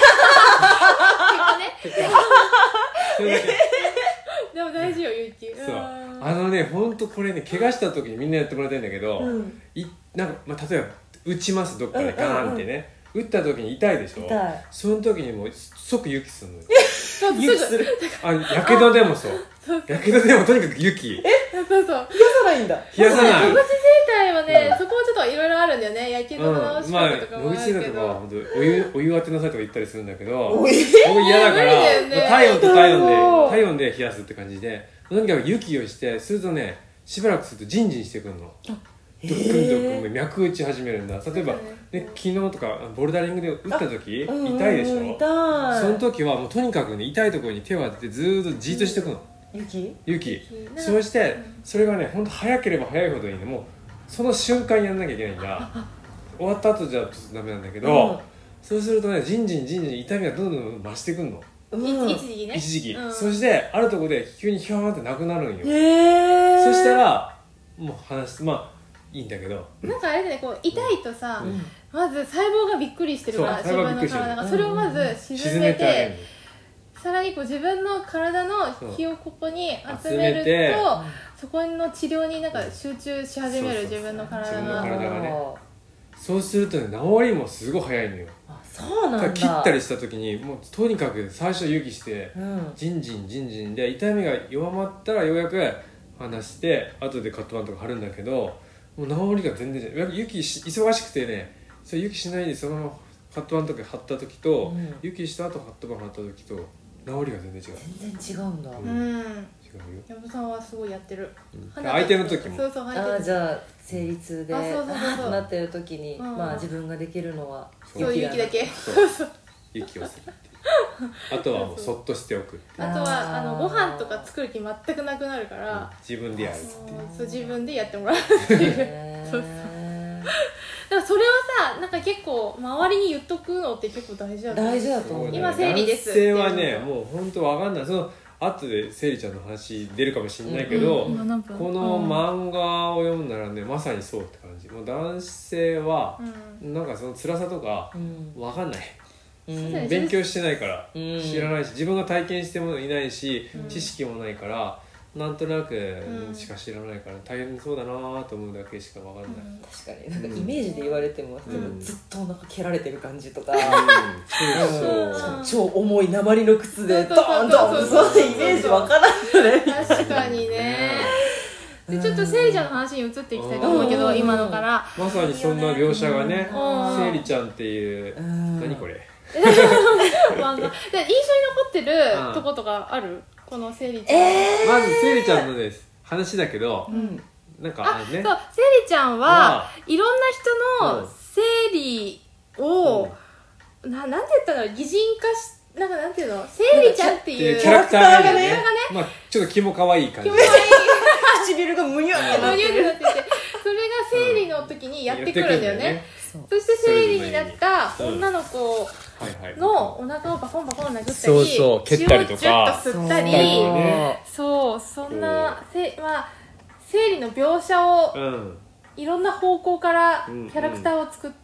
それだけでも大事よユキ。 そうあのねほんとこれね怪我した時にみんなやってもらいたいんだけど、うん、いなんか、まあ、例えば打ちますどっかでガーンってね、うんうんうん、打った時に痛いでしょ。痛い。その時にもう即ユキするのよユキするあやけどでもそうやけどでもとにかくユキそうそう冷やさないんだ。 冷やさない。 野口生態はね、うん、そこはちょっといろいろあるんだよね。やけどの仕方とかもあるけど、うんまあ、野口生態とかは本当お湯お湯当てなさいとか言ったりするんだけど僕嫌だから、ね、体温と体温で体温で冷やすって感じでとにかくユキをしてするとねしばらくするとジンジンしてくるの。ドックンドックン脈打ち始めるんだ。例えば、ね、昨日とかボルダリングで打った時、うんうん、痛いでしょ。痛い。その時はもうとにかくね痛いところに手を当ててずーっとじーっとしていくの。 ユキ？ ユキ。そうしてそれがね本当早ければ早いほどいいね。もうその瞬間やんなきゃいけないんだ。終わった後じゃちょっとダメなんだけど、うん、そうするとねじんじんじんじん痛みがどんどん増してくんの。 うん、一時期ね。 一時期、うん。そしてあるところで急にヒャーンってなくなるんよ。へー。そしたらもう話してまあ。いいんだけどなんかあれだねこう痛いとさ、うん、まず細胞がびっくりしてるから自分の体がそれをまず沈めて、うん、さらにこう自分の体の気をここに集めると そ, そこの治療になんか集中し始める自分の体がねそうすると、ね、治りもすごい早いのよ。 あそうなんだ。 切ったりした時にもうとにかく最初ユキして、うん、ジンジンジンジンで痛みが弱まったらようやく離して後でカットバンとか貼るんだけどもう治りが全然じゃない。雪忙しくてねそれ雪しないでそのままカットバンとか貼った時と、うん、雪した後カットバン貼った時と治りが全然違う。 全然違うんだ。うん、 うん、違うよ。矢部さんはすごいやってる、 うん、相手の時もそうそうああじゃあ生理痛であそうそうそうそうなってる時に、うん、まあ自分ができるのは雪だけそうそう雪をするっていうあとはもうそっとしておくっていう。 あとはあのご飯とか作る気全くなくなるから、うん、 自分でやるっていう。 そう自分でやってもらうっていうそうそうだからそれをさなんか結構周りに言っとくのって結構大事だと思う。 大事だと思う、 ね、今生理ですっていう男性はねもう本当わかんない。その後で生理ちゃんの話出るかもしれないけど、うんうん、この漫画を読むならねまさにそうって感じ。もう男性は、うん、なんかその辛さとかわかんない、うん、勉強してないから知らないし自分が体験してもいないし、うん、知識もないからなんとなくしか知らないから大変そうだなと思うだけしか分かんない、うん、 確かになんかイメージで言われても、うん、ずっとお腹蹴られてる感じとか、 うん、 超重い鉛の靴でドーンドーンそういうイメージ分からないよね。 確かにねでちょっと生理ちゃんの話に移っていきたいと思うけど今のからまさにそんな描写がね生理ちゃんっていう何これ漫画で印象に残ってるとことかあるこの生理ちゃん、 えー、まず生理ちゃんのです話だけど、うん、なんかあ、ね、 そう生理ちゃんはいろんな人の生理を、うん、な, なんて言ったの擬人化しなんかなんていうの生理ちゃんっていうキャラクターがね、ねまあ、ちょっとキモ可愛い感じ唇がむにゅってなってるむにゅってなっててそれが生理の時にやってくるんだよね、うんね、そ, そして生理になった女の子のお腹をバコンバコン殴ったりそうそう蹴ったりとか血をジュッと吸ったり そう、 そうそんなせ、まあ、生理の描写をいろんな方向からキャラクターを作って、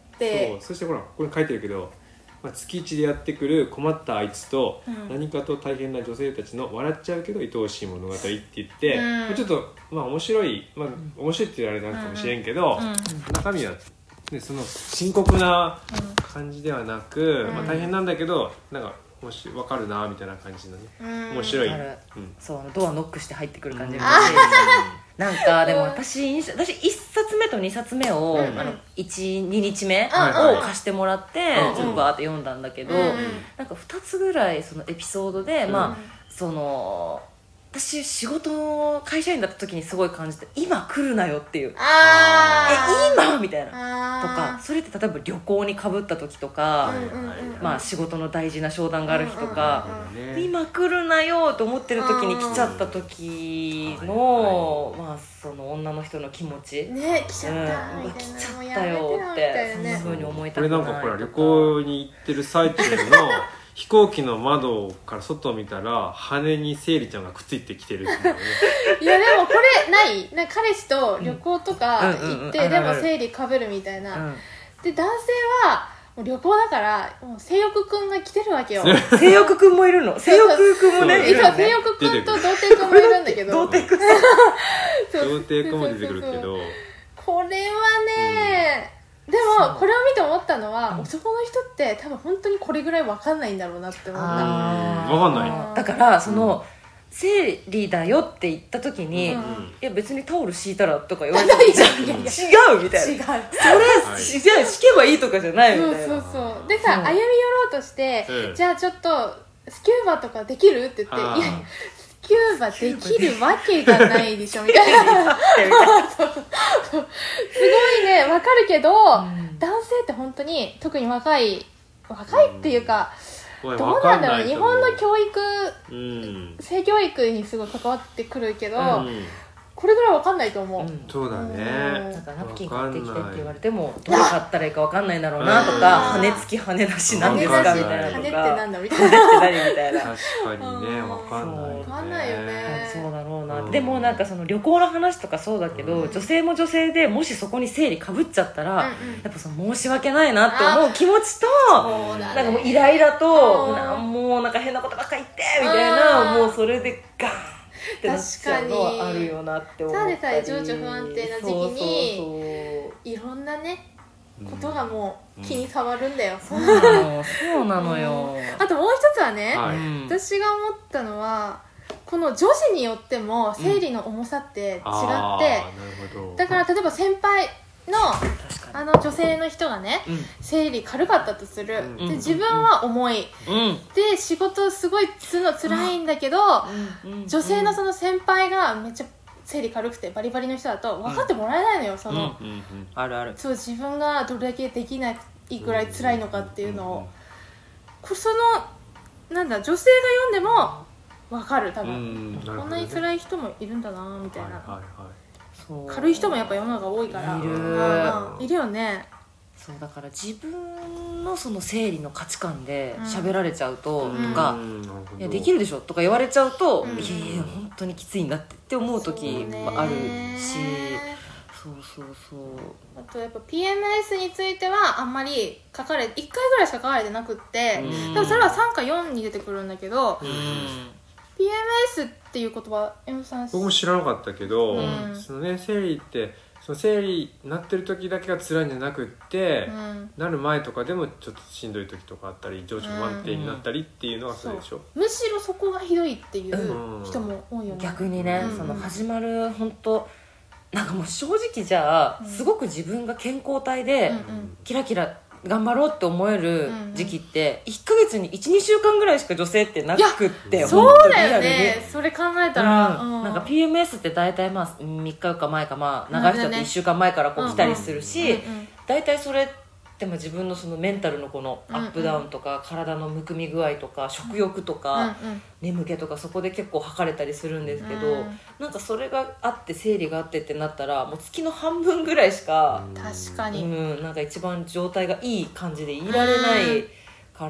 うんうん、そうそしてほらここに書いてるけどまあ、月一でやってくる困ったあいつと、うん、何かと大変な女性たちの笑っちゃうけど愛おしい物語って言って、うん、ちょっとまあ面白い、まあ、面白いって言われたかもしれんけど、うんうん、中身は、ね、その深刻な感じではなく、うんまあ、大変なんだけどなんかもし分かるなみたいな感じのね、うん、面白い、うん、 そうドアノックして入ってくる感じが嬉しいです、うん、なんかでも私私いっさつめとにさつめを、うん、あのいち、ににちめを貸してもらって、うん、ちょっとバーって読んだんだけど、うん、なんかふたつぐらいそのエピソードで、うん、まあその私仕事会社員だった時にすごい感じて、今来るなよっていう、 あえ今みたいなとか、それって例えば旅行にかぶった時とか、まあ仕事の大事な商談がある日とか、今来るなよと思ってる時に来ちゃった時の、まあその女の人の気持ちね、来ちゃったみたいな、来ちゃったよってそんな風に思いたくないとか。 これなんかほら旅行に行ってる最中の飛行機の窓から外を見たら羽にセイリちゃんがくっついてきてるっていうね。 いやでもこれないなんか彼氏と旅行とか行ってでもセイリかぶるみたいな、うん、で男性はもう旅行だからもう性欲くんが来てるわけよ。 性欲くんもいるの。性欲くんもねいるのね。 性欲くんと童貞くんもいるんだけど童貞くん童貞くんも出てくるけど、 これはね、うん、でもこれを見て思ったのは、うん、男の人って多分本当にこれぐらい分かんないんだろうなって思った。 分かんない。 だからその、うん生理だよって言った時に、うん、いや別にタオル敷いたらとか言われても違うみたいな、違うそれ、はい、敷けばいいとかじゃないみたいな。そうそうそうでさ、歩み寄ろうとして、うん、じゃあちょっとスキューバとかできるって言って、いやスキューバできるわけがないでしょみたいなそうそうそうすごいね分かるけど、うん、男性って本当に特に若い若いっていうか、どうなんだろう、日本の教育、うん、性教育にすごい関わってくるけど、うん、これぐらい分かんないと思う、うん、 そうだね。 なんかナプキン買ってきてって言われてもどれ買ったらいいか分かんないだろうなとか、羽付き羽だし何ですかみたいなとか、 羽ってなんだみたいな、 羽って何みたいな確かにね分かんない、ね、 分かんないよね。 そうだろうな、うん、でもなんかその旅行の話とかそうだけど、うん、女性も女性でもしそこに生理かぶっちゃったら、うんうん、やっぱその申し訳ないなって思う気持ちと、ね、なんかもうイライラとなもうなんか変なことばっか言ってみたいな、もうそれでガーンってなっちゃうのはあるよなって思ったり。 ただでさえ情緒不安定な時期にそうそうそういろんなねことがもう気に障るんだよ、うん、そうなのそうなのよ、 うん、あともう一つはね、はい、私が思ったのはこの女子によっても生理の重さって違って、うん、だから例えば先輩のあの女性の人がね、うん、生理軽かったとする、うん、で自分は重い、うん、で仕事すごいするの辛いんだけど、うん、女性のその先輩がめっちゃ生理軽くてバリバリの人だと分かってもらえないのよ、その、 うんうんうん、あるある。 そう自分がどれだけできないぐらい辛いのかっていうのを、これそのなんだ女性が読んでも分かる多分、うんね、こんなに辛い人もいるんだなみたいな、はいはいはい、そう軽い人もやっぱ世の中多いからいる、 うん、いるよね。 そうだから自分のその生理の価値観で喋られちゃうと、うん、とか、うん、いやできるでしょとか言われちゃうと、うん、いやいや本当にきついんだってって思う時もあるし、そうそうそう。 あとやっぱ ピーエムエス についてはあんまり書かれいっかいぐらいしか書かれてなくって、うん、多分それはさんかよんに出てくるんだけど、うん、ピーエムエス っていう言葉 M さん僕も知らなかったけど、うん、そのね生理ってその生理になってる時だけが辛いんじゃなくって、うん、なる前とかでもちょっとしんどい時とかあったり情緒不安定になったりっていうのはそれでしょ、 うん、むしろそこがひどいっていう人も多いよね、 逆にね、うん、その始まる本当なんかもう正直じゃあ、うん、すごく自分が健康体で、うんうん、キラキラ頑張ろうって思える時期っていっかげつに いち,に 週間ぐらいしか女性ってなくって、 そうだよね。それ考えたら、 うんうん、なんか ピーエムエス って大体まあみっかかまえか、まあ長い人っていっしゅうかんまえからこう来たりするし、大体それっても自分のそのメンタルのこのアップダウンとか、うんうん、体のむくみ具合とか食欲とか、うんうん、眠気とかそこで結構測れたりするんですけど、うん、なんかそれがあって生理があってってなったらもう月の半分ぐらいしか、 確かに、 うん、なんか一番状態がいい感じでいられないから、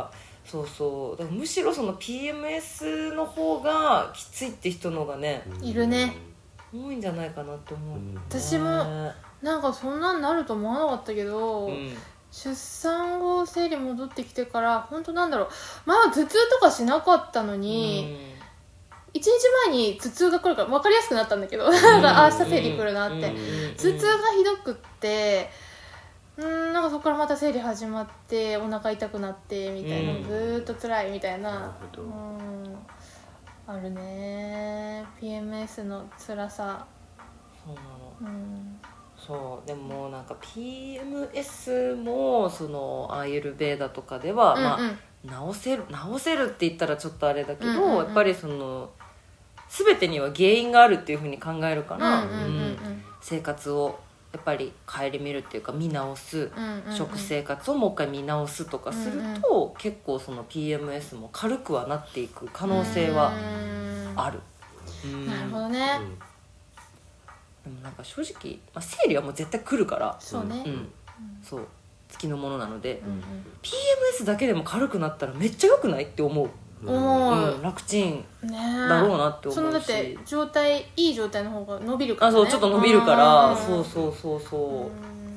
うん、そうそうだからむしろその ピーエムエス の方がきついって人のがねいるね、 多いんじゃないかなって思う、ね、 私もなんかそんなんなると思わなかったけど、うん、出産後生理戻ってきてから本当なんだろう、前は頭痛とかしなかったのに、うん、いちにちまえに頭痛が来るから分かりやすくなったんだけど、うん、なんか明日生理来るなって、うん、頭痛がひどくってうんなんかそこからまた生理始まってお腹痛くなってみたいな、うん、ずーっと辛いみたいな、うん、あるね ピーエムエス の辛さ。 そうなの、うんそうでもなんか ピーエムエス もそのアーユルベーダとかでは、うんうんまあ、治せる治せるって言ったらちょっとあれだけど、うんうんうん、やっぱりその全てには原因があるっていうふうに考えるから、うんうんうんうん、生活をやっぱり顧みるっていうか見直す、うんうんうん、食生活をもう一回見直すとかすると、うんうん、結構その ピーエムエス も軽くはなっていく可能性はある。 なるほどね、 うん、でもなんか正直、まあ、生理はもう絶対来るから、 そうね、 うん、そう月のものなので、うんうん、ピーエムエス だけでも軽くなったらめっちゃ良くないって思う。うん、楽ちんだろうなって思うし、 そのだって状態いい状態の方が伸びるからね。 あ、そうちょっと伸びるから、そうそうそうそう、うん、そう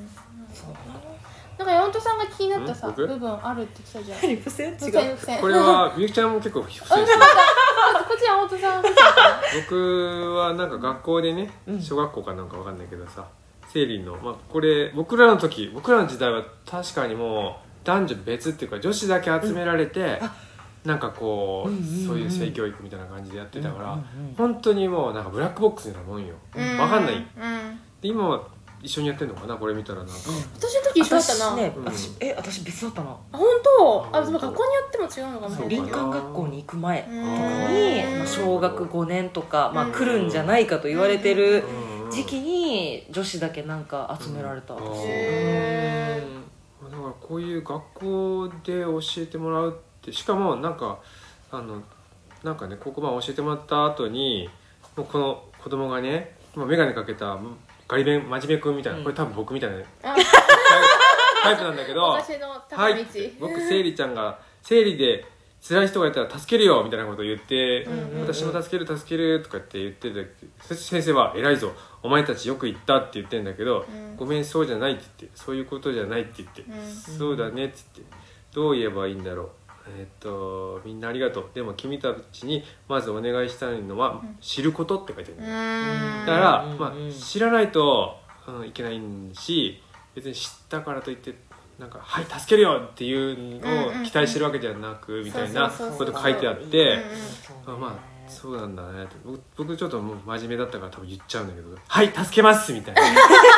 なんか山本さんが気になったさ、部分あるって言ってたじゃん。 付箋違う。 これはみゆきちゃんも結構付箋してる。 こっち山本さん。 僕はなんか学校でね、小学校かなんかわかんないけどさ、生理のまあこれ僕らの時僕らの時代は確かにもう男女別っていうか女子だけ集められて。うん、なんかこう、うんうんうん、そういう性教育みたいな感じでやってたから、うんうんうん、本当にもうなんかブラックボックスみたいなもんよ、うん、分かんない、うん、で今は一緒にやってんのかなこれ見たらなんか、うん、 私の時一緒だったな。 私ね、うん、私え私別だったな。 あ本当？あでも学校によっても違うのかも。 林間学校に行く前とかに、まあ、小学ごねんとか、まあ、来るんじゃないかと言われてる時期に女子だけなんか集められた。うん、 へー、だからこういう学校で教えてもらうってしかもなんかあのなんかねここまで教えてもらった後にもうこの子供がね眼鏡かけたガリ勉真面目くんみたいな、これ多分僕みたいなタイプなんだけど、 私の高道、はい、 僕生理ちゃんが生理で辛い人がいたら助けるよみたいなことを言って、うんうんうん、私も助ける助けるとかって言ってて、先生は偉いぞお前たちよく言ったって言ってんだけど、うん、ごめんそうじゃないって言ってそういうことじゃないって言って、うん、そうだねって言ってどう言えばいいんだろう、えー、っとみんなありがとうでも君たちにまずお願いしたいのは、うん、知ることって書いてる、うん、だから、まあ、知らないと、うん、いけないし別に知ったからといってなんかはい助けるよっていうのを期待してるわけじゃなく、うんうん、みたいなこと書いてあってまあそうなんだねって僕、僕ちょっともう真面目だったから多分言っちゃうんだけどはい助けますみたいな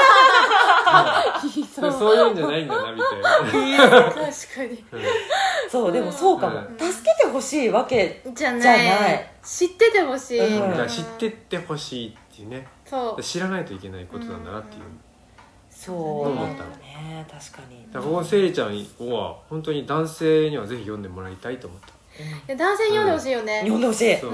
そう、そういうんじゃないんだなみたいな確かに、うん、 そうでもそうかも、うん、助けてほしいわけじゃない、じゃない知っててほしい、 うん、だから知ってってほしいっていうね、そう知らないといけないことなんだなっていう、うん、 そう思ったのね。確かにだからこのせいちゃんは本当に男性にはぜひ読んでもらいたいと思った。 うん、男性に読んでほしいよね、 うん、読んでほしい。 そう、うん、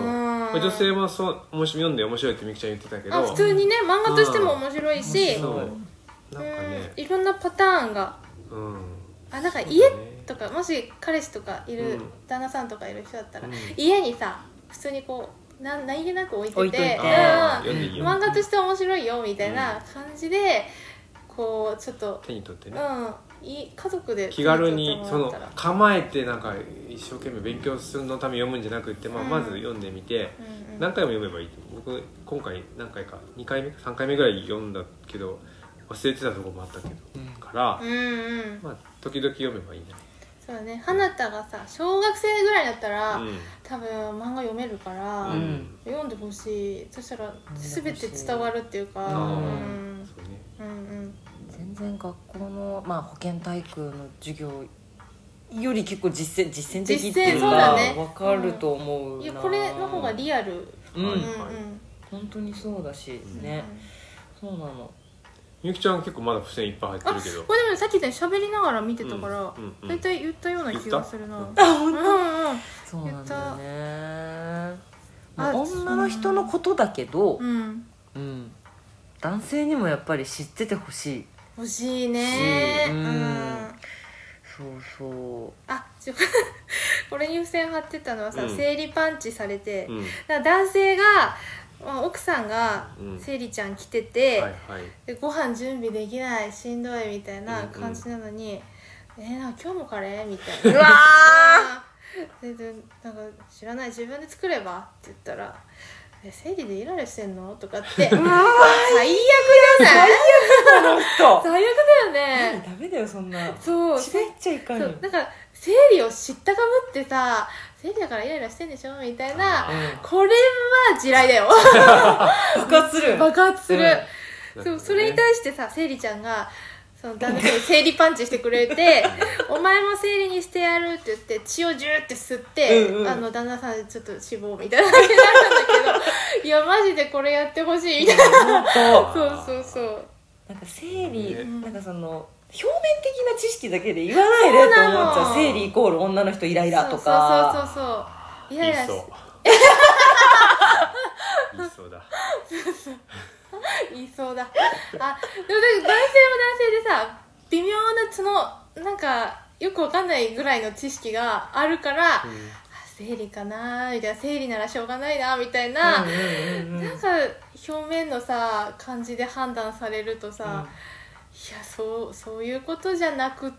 女性もそう面白読んで面白いってみきちゃん言ってたけどあ普通にね漫画としても面白いし、 うん、そうなんかね、 うん、いろんなパターンが、うん、あなんか家とか、ね、もし彼氏とかいる、うん、旦那さんとかいる人だったら、うん、家にさ普通にこうな何気なく置いてて、置いといて、うん、漫画として面白いよみたいな感じで、うん、こうちょっと手に取ってね、 うん、い家族で気軽にその構えてなんか一生懸命勉強するのために読むんじゃなくて、まあ、まず読んでみて、うんうんうん、何回も読めばいい。僕今回何回かにかいめさんかいめぐらい読んだけど忘れてたところもあったけど、うん、から、うんうん、まあ時々読めばいいね。 そうだね。花田がさ小学生ぐらいだったら、うん、多分漫画読めるから、うん、読んでほしい。そしたら全て伝わるっていうか、うんうん、そうね、 うんうん、全然学校の、まあ、保健体育の授業より結構実践実践的っていうかね、分かると思うな、うん、 いやこれの方がリアル、うんうんうん、 本当にそうだしね、うん、そうなの。 みゆきちゃん結構まだ付箋いっぱい入ってるけど、 これでもさっきで喋りながら見てたから、うんうんうん、だいたい言ったような気がするな。あ本当、うんうん、そうなんだよね。まあ、女の人のことだけど、うんうん、男性にもやっぱり知っててほしい欲しいね、うん、うん、 そうそう。 あちょこれに付箋貼ってたのはさ、うん、生理パンチされて、うん、だから男性が奥さんが生理ちゃん来てて、うんはいはい、でご飯準備できないしんどいみたいな感じなのに、うんうん、えー、なんか今日もカレーみたいなうわででなんか知らない自分で作ればって言ったらえ生理でイライラしてんのとかって最悪じゃない最悪だ人最悪だよね。 ダメだよそんな。 そうしめっちゃいかんよ。 だから生理を知ったかぶってさ生理だからイライラしてんでしょみたいな、うん、これは地雷だよ爆発する爆発する、うん、そうそれに対してさ生理ちゃんがその旦那さんに生理パンチしてくれてお前も生理にしてやるって言って血をジューって吸って、うんうん、あの旦那さんちょっと死亡みたいな感じになったんだけどいやマジでこれやってほしいみたいなそうそうそうなんか生理、ね、なんかその表面的な知識だけで言わないでって思っちゃう。生理イコール女の人イライラとかそうそうそうそうイライラし言いそう言いそうだ言いそうだあでも男性も男性でさ微妙なそのなんかよくわかんないぐらいの知識があるから、うん、生理かなみたいな生理ならしょうがないなみたいな、うんうんうんうん、なんか表面のさ感じで判断されるとさ、うん、いやそうそういうことじゃなくって、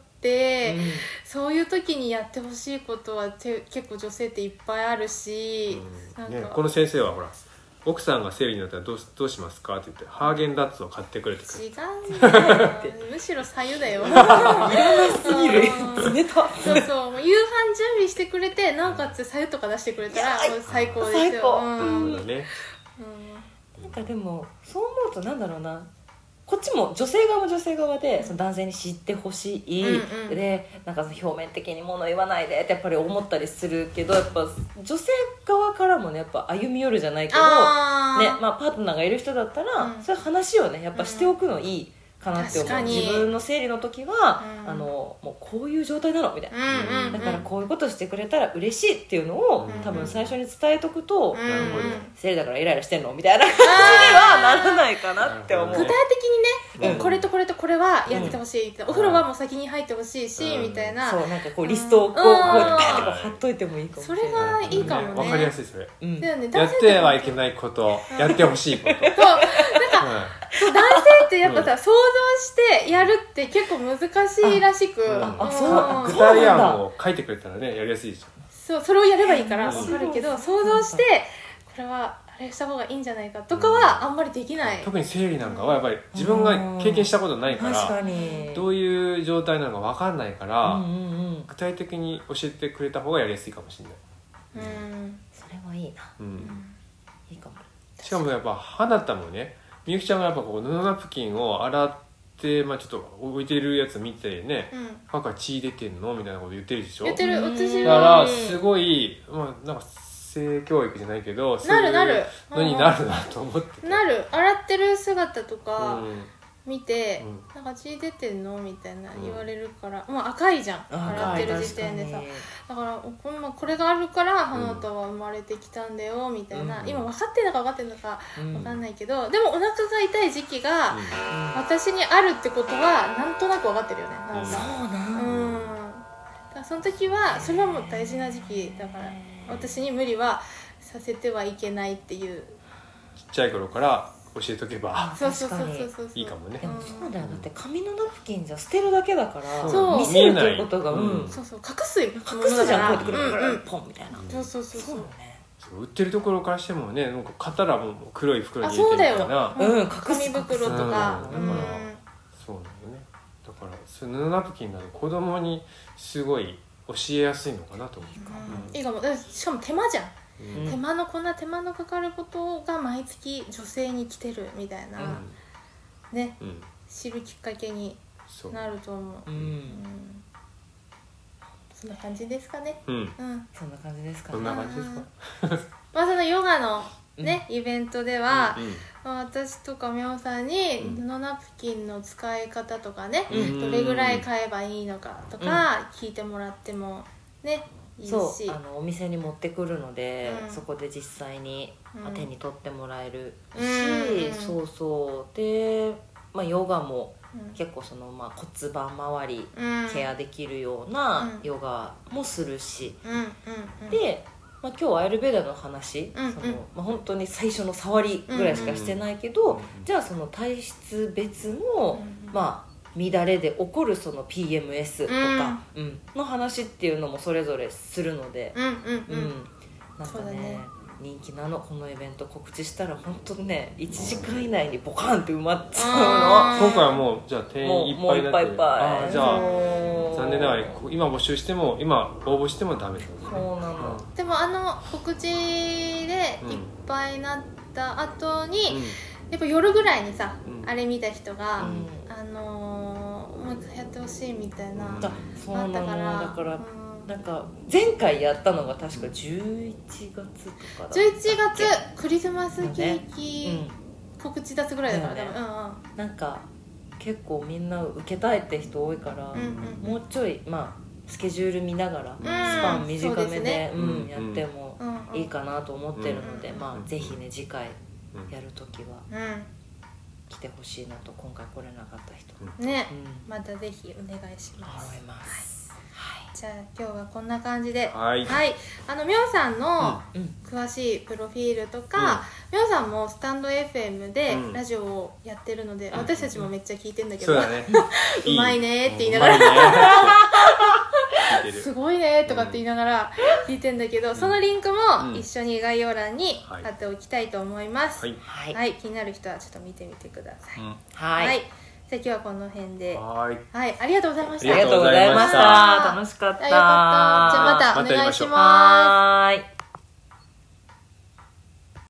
うん、そういう時にやってほしいことはて結構女性っていっぱいあるし、 うんなんかね、この先生はほら奥さんが生理になったらどうどうしますかって言ってハーゲンダッツを買ってくれてくれ違うんだよむしろ左右だよいらなすぎる冷たそうそうもう夕飯準備してくれてなおかつ左右とか出してくれたらもう最高ですよ最高、 うんうんねうん、なんかでもそう思うとなんだろうなこっちも女性側も女性側でその男性に知ってほしい、うんうん、でなんか表面的に物言わないでってやっぱり思ったりするけどやっぱ女性側からもねやっぱ歩み寄るじゃないけど、ねまあ、パートナーがいる人だったら、うん、そういう話をねやっぱしておくのいいかなって思う。自分の生理の時は、うん、あのもうこういう状態なのみたいな、うんうんうん、だからこういうことしてくれたら嬉しいっていうのを、うんうん、多分最初に伝えとくと、うんうん、生理だからイライラしてんのみたいな感じにはならないかなって思う。 具体的にね、うん、これとこれとこれはやっててほしいって、うん、お風呂はもう先に入ってほしいし、うん、みたいなそうなんかこうリストをこう、うん、こうやってバーッと貼っといてもいいかもしれない。 それがいいかもね。 わ、ね、かりやすいそれ、 うん、だよね、 やってはいけないこと、うん、やってほしいことそうなんか、 そう男性ってやっぱさ、うん、想像してやるって結構難しいらしく、 あ、うん、あそう具体案を書いてくれたらねやりやすいでしょ。 そうそれをやればいいから分かるけど、想像してこれはあれした方がいいんじゃないかとかはあんまりできない、うん、 特に生理なんかはやっぱり自分が経験したことないから、 確かにどういう状態なのか分かんないから、 うんうんうん、 具体的に教えてくれた方がやりやすいかもしれない、 うん、それはいいな、 うん、 いいかも。 しかもやっぱ花田もねみゆきちゃんがやっぱこう布ナプキンを洗って、まあ、ちょっと置いてるやつ見てね、うん、パパ血出てんのみたいなこと言ってるでしょ。 言ってる。私はだからすごい、まあ、なんか性教育じゃないけどなるなるのになるなと思ってて、 なる洗ってる姿とか見て、うん、なんか血出てんのみたいな言われるから、うん、もう赤いじゃん洗ってる時点でさ。だからこれがあるから花田は生まれてきたんだよみたいな、うん、今分かってんのか分かってんのか分かんないけど、うん、でもお腹が痛い時期が私にあるってことはなんとなく分かってるよね。なんかそうな、 うん、だからその時はそれはもう大事な時期だから私に無理はさせてはいけないっていう、 ちっちゃい頃から教えとけばそうそうそうそうそういいかもね。 でもそうだよ、だって紙のナプキンじゃ捨てるだけだからそう見せるということが、 うんうん、そうそう隠す隠すじゃん、こうやってくるくる、うんうん、ポンみたいな、 そうそうそうそう、 ね、 売ってるところからしてもね、なんか買ったらもう黒い袋に入れてるみたいな、 うん、隠す紙袋とか、うん、だから、 そうなんだよね。だからその布ナプキンなの子供にすごい教えやすいのかなと思う、 うん、いいかも。しかも手間じゃん、うん、手間のこんな手間のかかることが毎月女性に来てるみたいな、うん、ね、うん、知るきっかけになると思う、うんうん、そんな感じですかね、 うんうん、そんな感じですかね。 そんな感じですかまあそのヨガのね、うん、イベントでは、うんうん、まあ、私とかみょうさんに布ナプキンの使い方とかね、うん、どれぐらい買えばいいのかとか聞いてもらってもね、いいし、 そうあのお店に持ってくるので、うん、そこで実際に、うん、手に取ってもらえるし、うん、そうそうで、まあ、ヨガも結構その、まあ、骨盤周りケアできるようなヨガもするし、うんうんうん、で、まあ、今日アイルベーダの話、うんうん、そのまあ、本当に最初の触りぐらいしかしてないけど、うんうん、じゃあその体質別の、うん、まあ乱れで起こるその ピーエムエス とか、うんうん、の話っていうのもそれぞれするので、うんうんうんうん、なんか ね, ね人気なの。このイベント告知したら本当にねいちじかん以内にボカンって埋まっちゃうの。 今回はもうじゃあ定員いっぱいだって、もういっぱいいっぱい。じゃあ残念ながら今募集しても今応募してもダメだ、ね、 そうなの、 うん、でもあの告知でいっぱいになった後に、うん、やっぱ夜ぐらいにさ、うん、あれ見た人が、うん、あのー、もう一回やってほしいみたいな、うん、 そうなの。だから、うん、 なんか前回やったのが確かじゅういちがつとかだったっけ。 じゅういちがつクリスマスケーキ、ね、うん、告知出すぐらいだから、ね、多分、うんうん、 なんか結構みんな受けたいって人多いから、うんうん、もうちょいまあスケジュール見ながら、うん、スパン短め で, で、うんうん、やってもいいかなと思ってるので、うん、まあぜひね次回やるときは来てほしいなと、今回来れなかった人ね、うん、またぜひお願いします。 思います、 はいはい、じゃあ今日はこんな感じで、 はい、 はい、あのみょんさんの詳しいプロフィールとか、うん、みょんさんもスタンド エフエム でラジオをやってるので、うん、私たちもめっちゃ聞いてんだけど、うん、そうだね、うまいねって言いながらすごいねとかって言いながら聞いてんだけど、うん、そのリンクも一緒に概要欄に貼っておきたいと思います、はいはいはい、気になる人はちょっと見てみてください、うん、はい、はい、じゃあ今日はこの辺で、はい、はい、ありがとうございました。 ありがとうございました。楽しかった。 あ、よかった。じゃあまたお願いします。 はい。